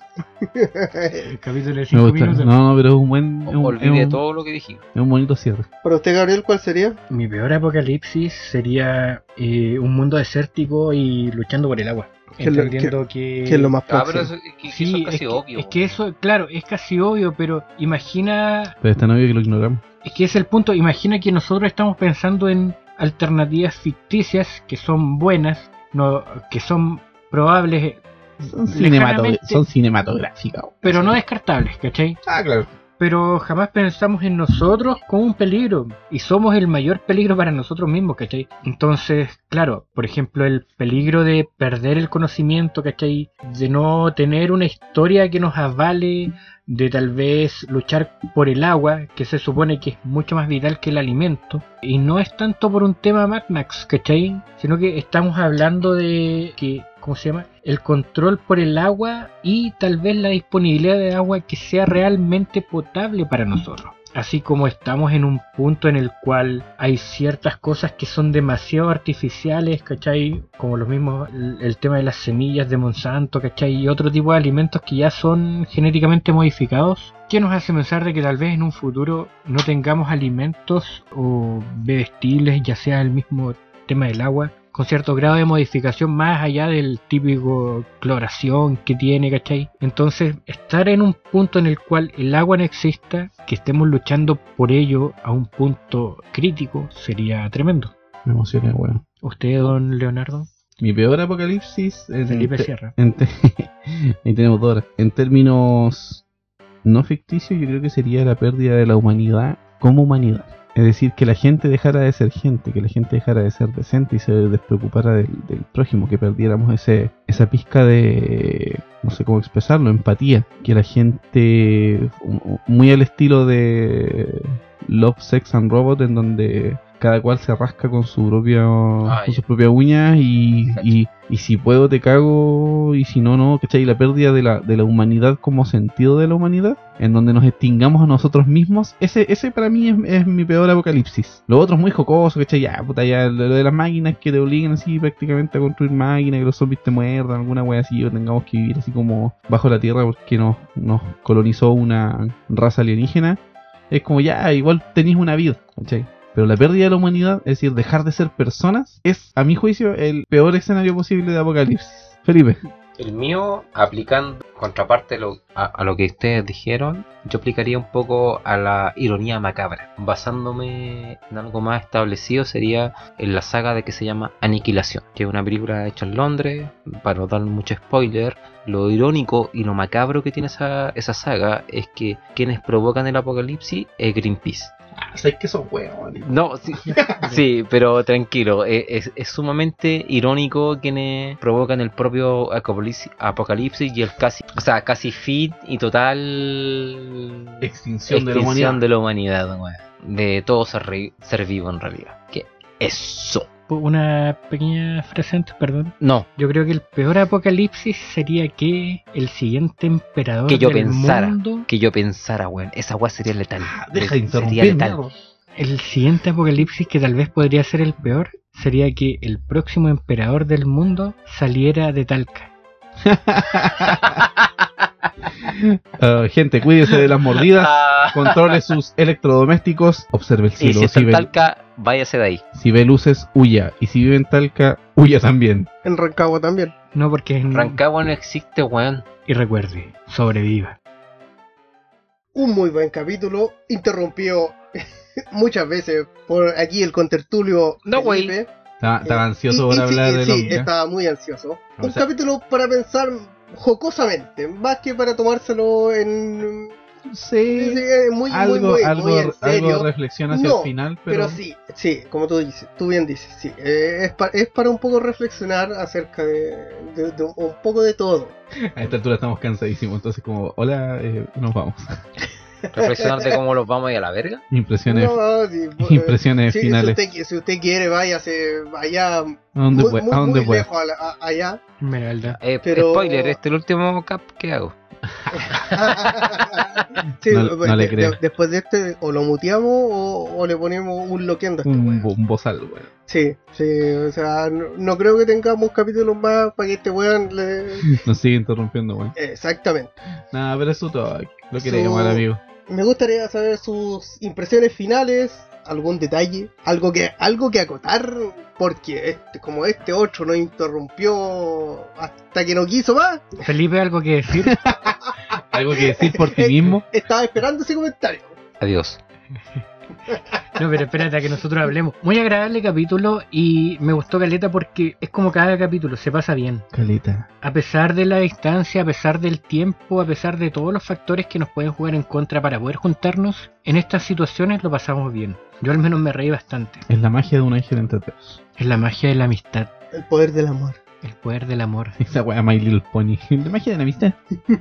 El capítulo de Me 5 gusta. minutos. No, pero es un buen... Es un, Olvidé es un- todo lo que dijimos. es un bonito cierre. Para usted, Gabriel, ¿cuál sería? Mi peor apocalipsis sería un mundo desértico y luchando por el agua. ¿Qué es lo- Entendiendo que... ¿Qué es lo más Ah, pero próximo? eso, es que eso Sí, es casi obvio. es que eso, claro, es casi obvio, pero imagina... Pero es tan obvio que lo ignoramos. Es que es el punto, imagina que nosotros estamos pensando en alternativas ficticias que son buenas, no, que son probables, lejanamente, Son cinematográficas. pero no descartables, ¿cachai? Ah, claro. Pero jamás pensamos en nosotros como un peligro, y somos el mayor peligro para nosotros mismos, ¿cachai? Entonces, claro, por ejemplo, el peligro de perder el conocimiento, ¿cachai? De no tener una historia que nos avale, de tal vez luchar por el agua, que se supone que es mucho más vital que el alimento, y no es tanto por un tema Mad Max, ¿cachai? Sino que estamos hablando de que, ¿cómo se llama? El control por el agua y tal vez la disponibilidad de agua que sea realmente potable para nosotros. Así como estamos en un punto en el cual hay ciertas cosas que son demasiado artificiales, ¿cachai? Como los mismos, el tema de las semillas de Monsanto, ¿cachai? Y otro tipo de alimentos que ya son genéticamente modificados, que nos hace pensar de que tal vez en un futuro no tengamos alimentos o bebestibles, ya sea el mismo tema del agua, con cierto grado de modificación más allá del típico cloración que tiene, ¿cachai? Entonces, estar en un punto en el cual el agua no exista, que estemos luchando por ello a un punto crítico, sería tremendo. Me emocioné, weón. ¿Usted, don Leonardo? Mi peor apocalipsis... Felipe Sierra. Ahí tenemos dos horas. En términos no ficticios, yo creo que sería la pérdida de la humanidad como humanidad. Es decir, que la gente dejara de ser gente, que la gente dejara de ser decente y se despreocupara del prójimo, que perdiéramos esa pizca de, no sé cómo expresarlo, empatía, que la gente, muy al estilo de Love, Sex and Robot, en donde cada cual se rasca con su con sus propias uñas y si puedo te cago y si no, no, ¿cachai? La pérdida de la humanidad como sentido de la humanidad, en donde nos extingamos a nosotros mismos, ese para mí es mi peor apocalipsis. Lo otro es muy jocoso, ¿cachai? Ya, puta, ya lo de las máquinas que te obliguen así prácticamente a construir máquinas, que los zombies te muerdan, alguna wea así, o tengamos que vivir así como bajo la tierra porque nos colonizó una raza alienígena. es como ya, igual tenéis una vida, ¿cachai? Pero la pérdida de la humanidad, es decir, dejar de ser personas, es, a mi juicio, el peor escenario posible de apocalipsis. Felipe. El mío, aplicando contraparte a lo que ustedes dijeron, yo aplicaría un poco a la ironía macabra. Basándome en algo más establecido, sería en la saga de que se llama Aniquilación, que es una película hecha en Londres. Para no dar mucho spoiler, lo irónico y lo macabro que tiene esa saga es que quienes provocan el apocalipsis es Greenpeace. ¿Sabes que son huevos? No, sí, sí, pero tranquilo, es sumamente irónico quienes provocan el propio apocalipsis y el casi fin y total Extinción de la humanidad. weón. De todo ser vivo en realidad. ¿Qué? Eso. Una pequeña frase antes, perdón. No, Yo creo que el peor apocalipsis sería que el siguiente emperador que yo del pensara, mundo, weón. Esa weá sería letal. Deja de Sería interrumpir, letal. mierda. el siguiente apocalipsis que tal vez podría ser el peor sería que el próximo emperador del mundo saliera de Talca. Gente, cuídese de las mordidas, controle sus electrodomésticos, observe el Y cielo. si está Si en ve, Talca, váyase de ahí. si ve luces, huya. Y si vive en Talca, huya también. En Rancagua también. No, porque es... Rancagua no existe, weón. Y recuerde, sobreviva. Un muy buen capítulo, interrumpido muchas veces por aquí el contertulio No, güey. Felipe. Estaba ansioso por Sí, hablar de sí, Longa. estaba muy ansioso. O Un sea- capítulo para pensar jocosamente, más que para tomárselo en... Sí, muy, algo, muy, algo, muy en serio. algo de reflexión hacia No, el final, Pero pero, sí, como tú bien dices, sí. Es para un poco reflexionar acerca de un poco de todo. a esta altura estamos cansadísimos. Entonces, como, hola, nos vamos. Reflexionar de cómo los vamos a ir a la verga. Impresiones, No, sí, impresiones sí, finales. Si usted quiere, váyase allá, ¿A dónde muy, fue? muy, ¿A dónde muy fue? lejos allá. Esmeralda. Pero- Spoiler, este es el último cap que hago. Sí, No le creo. después de este, o lo muteamos o le ponemos un loquendo a este weón. Un bozal, weón. Sí, o sea, no creo que tengamos capítulos más para que este weón le... Nos sigue interrumpiendo, weón. Exactamente. Nada, pero eso todo. Lo queremos, So- amigo. Me gustaría saber sus impresiones finales, algún detalle, algo que acotar, porque como este otro nos interrumpió hasta que no quiso más, Felipe, ¿algo que decir? ¿Algo que decir por ti mismo? estaba esperando ese comentario. Adiós. No, pero espérate a que nosotros hablemos. Muy agradable capítulo y me gustó caleta porque es como cada capítulo, se pasa bien. Caleta. A pesar de la distancia, a pesar del tiempo, a pesar de todos los factores que nos pueden jugar en contra para poder juntarnos, en estas situaciones lo pasamos bien. Yo al menos me reí bastante. Es la magia de un ángel entre todos. Es la magia de la amistad, El poder del amor. el poder del amor. Esa weá My Little Pony. La magia de la amistad.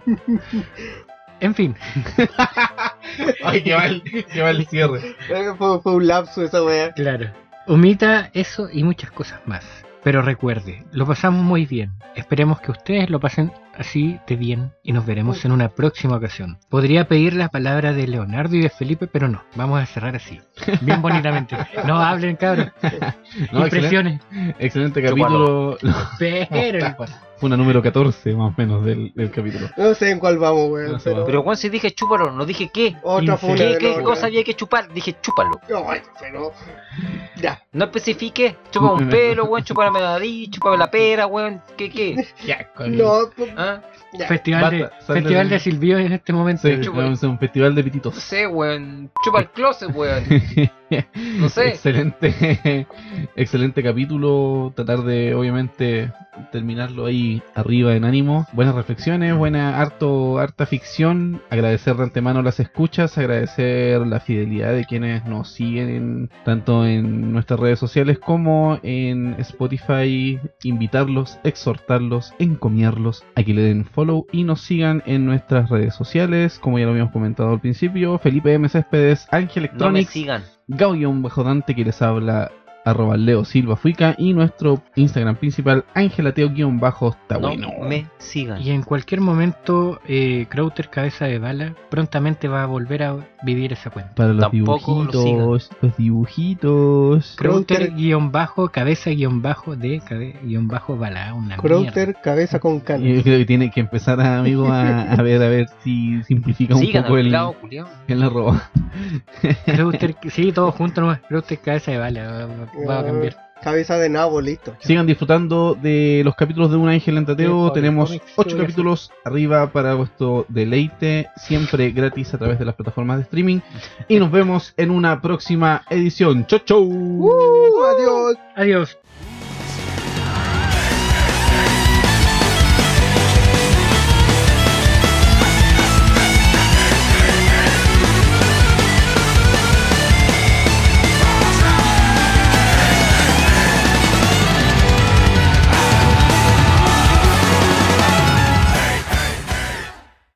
En fin, Ay, qué mal el cierre. Fue un lapso esa weá. claro. Omita eso y muchas cosas más. Pero recuerde, lo pasamos muy bien. Esperemos que ustedes lo pasen así de bien y nos veremos en una próxima ocasión. Podría pedir la palabra de Leonardo y de Felipe, pero no. Vamos a cerrar así. Bien bonitamente. No hablen, cabros. No, Impresiones. Excelente capítulo. Pero... Fue una número 14 más o menos del capítulo. No sé en cuál vamos, weón. No sé, Pero Juan, si dije chúpalo, no dije qué. Otra fue una ¿Qué, de qué no, cosa weón. había que chupar? Dije chúpalo. No, ay, pero... Ya. No especifique. Chúpame un pelo, weón. Chúpame la nariz. Chúpame la pera, weón. ¿Qué? No, pues, ¿Ah? ya. Festival de silbido en este momento. Sí, vamos a un festival de No pititos. sé, weón. Chupa el closet, weón. No sé. Excelente capítulo. Tratar de, obviamente, terminarlo ahí arriba en ánimo. Buenas reflexiones, harta ficción. Agradecer de antemano las escuchas, agradecer la fidelidad de quienes nos siguen tanto en nuestras redes sociales como en Spotify. Invitarlos, exhortarlos, encomiarlos a que le den follow y nos sigan en nuestras redes sociales. Como ya lo habíamos comentado al principio, Felipe M. Céspedes, Ángel No me Electronics, sigan. Gaudion Bajo Dante que les habla @leosilvafuica y nuestro Instagram principal angelateo_tabuino. No me sigan. Y en cualquier momento, Crowther Cabeza de Bala prontamente va a volver a vivir esa cuenta. Para los Tampoco lo dibujitos, los dibujitos. Crowther_cabeza_de_bala, una Crowther, cabeza con Yo canas. creo que tiene que empezar, amigo, a ver si simplifica un Sigan poco al el pelado culiao. arroba. Crowther, sí, todos juntos nomás. Crowther Cabeza de Bala, va a cambiar. Cabeza de nabo, listo. Sigan disfrutando de los capítulos de Un Ángel en Tateo. Sí, Tenemos cómics, 8 sí, voy a capítulos arriba para vuestro deleite, siempre gratis a través de las plataformas de streaming. Y nos vemos en una próxima edición. ¡Chau, chau! Adiós. Adiós.